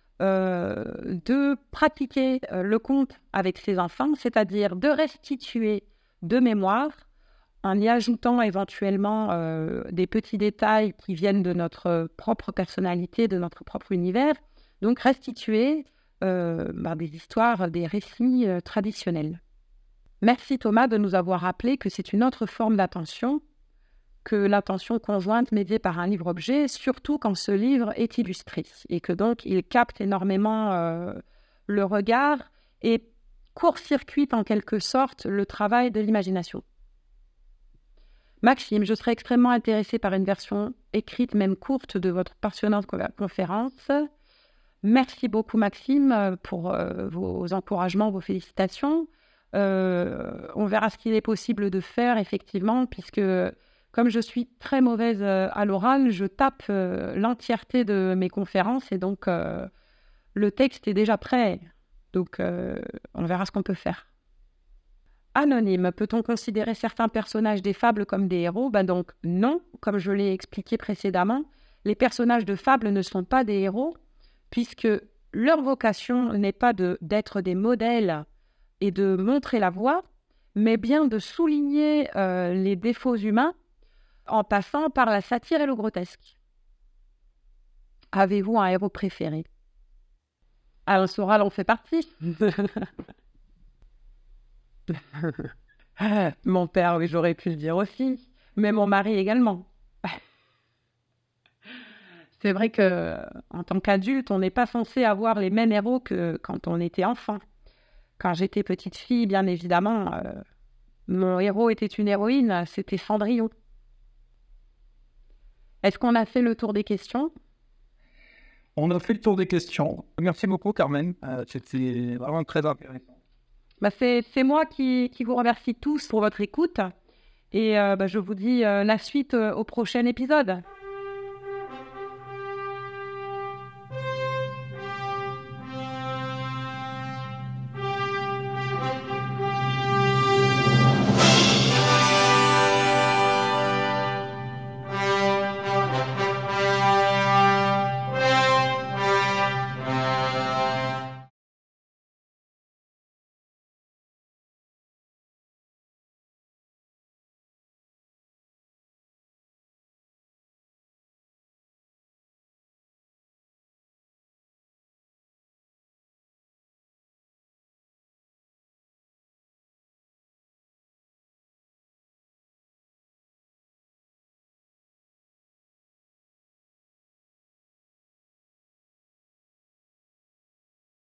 de pratiquer le conte avec ses enfants, c'est-à-dire de restituer de mémoire, en y ajoutant éventuellement des petits détails qui viennent de notre propre personnalité, de notre propre univers. Donc restituer des histoires, des récits traditionnels. Merci Thomas de nous avoir rappelé que c'est une autre forme d'attention que l'attention conjointe médiée par un livre-objet, surtout quand ce livre est illustré, et que donc il capte énormément le regard et court-circuite en quelque sorte le travail de l'imagination. Maxime, je serais extrêmement intéressée par une version écrite, même courte, de votre passionnante conférence. Merci beaucoup Maxime pour vos encouragements, vos félicitations. On verra ce qu'il est possible de faire, effectivement, puisque comme je suis très mauvaise à l'oral, je tape l'entièreté de mes conférences et donc le texte est déjà prêt. Donc on verra ce qu'on peut faire. Anonyme, peut-on considérer certains personnages des fables comme des héros? Donc non, comme je l'ai expliqué précédemment, les personnages de fables ne sont pas des héros, puisque leur vocation n'est pas d'être des modèles et de montrer la voie, mais bien de souligner les défauts humains en passant par la satire et le grotesque. Avez-vous un héros préféré? Alain Soral en fait partie. Mon père, oui, j'aurais pu le dire aussi, mais mon mari également. C'est vrai que en tant qu'adulte, on n'est pas censé avoir les mêmes héros que quand on était enfant. Quand j'étais petite fille, bien évidemment, mon héros était une héroïne, c'était Cendrillon. Est-ce qu'on a fait le tour des questions? On a fait le tour des questions. Merci beaucoup, Carmen. C'était vraiment très intéressant. C'est moi qui vous remercie tous pour votre écoute et je vous dis la suite au prochain épisode.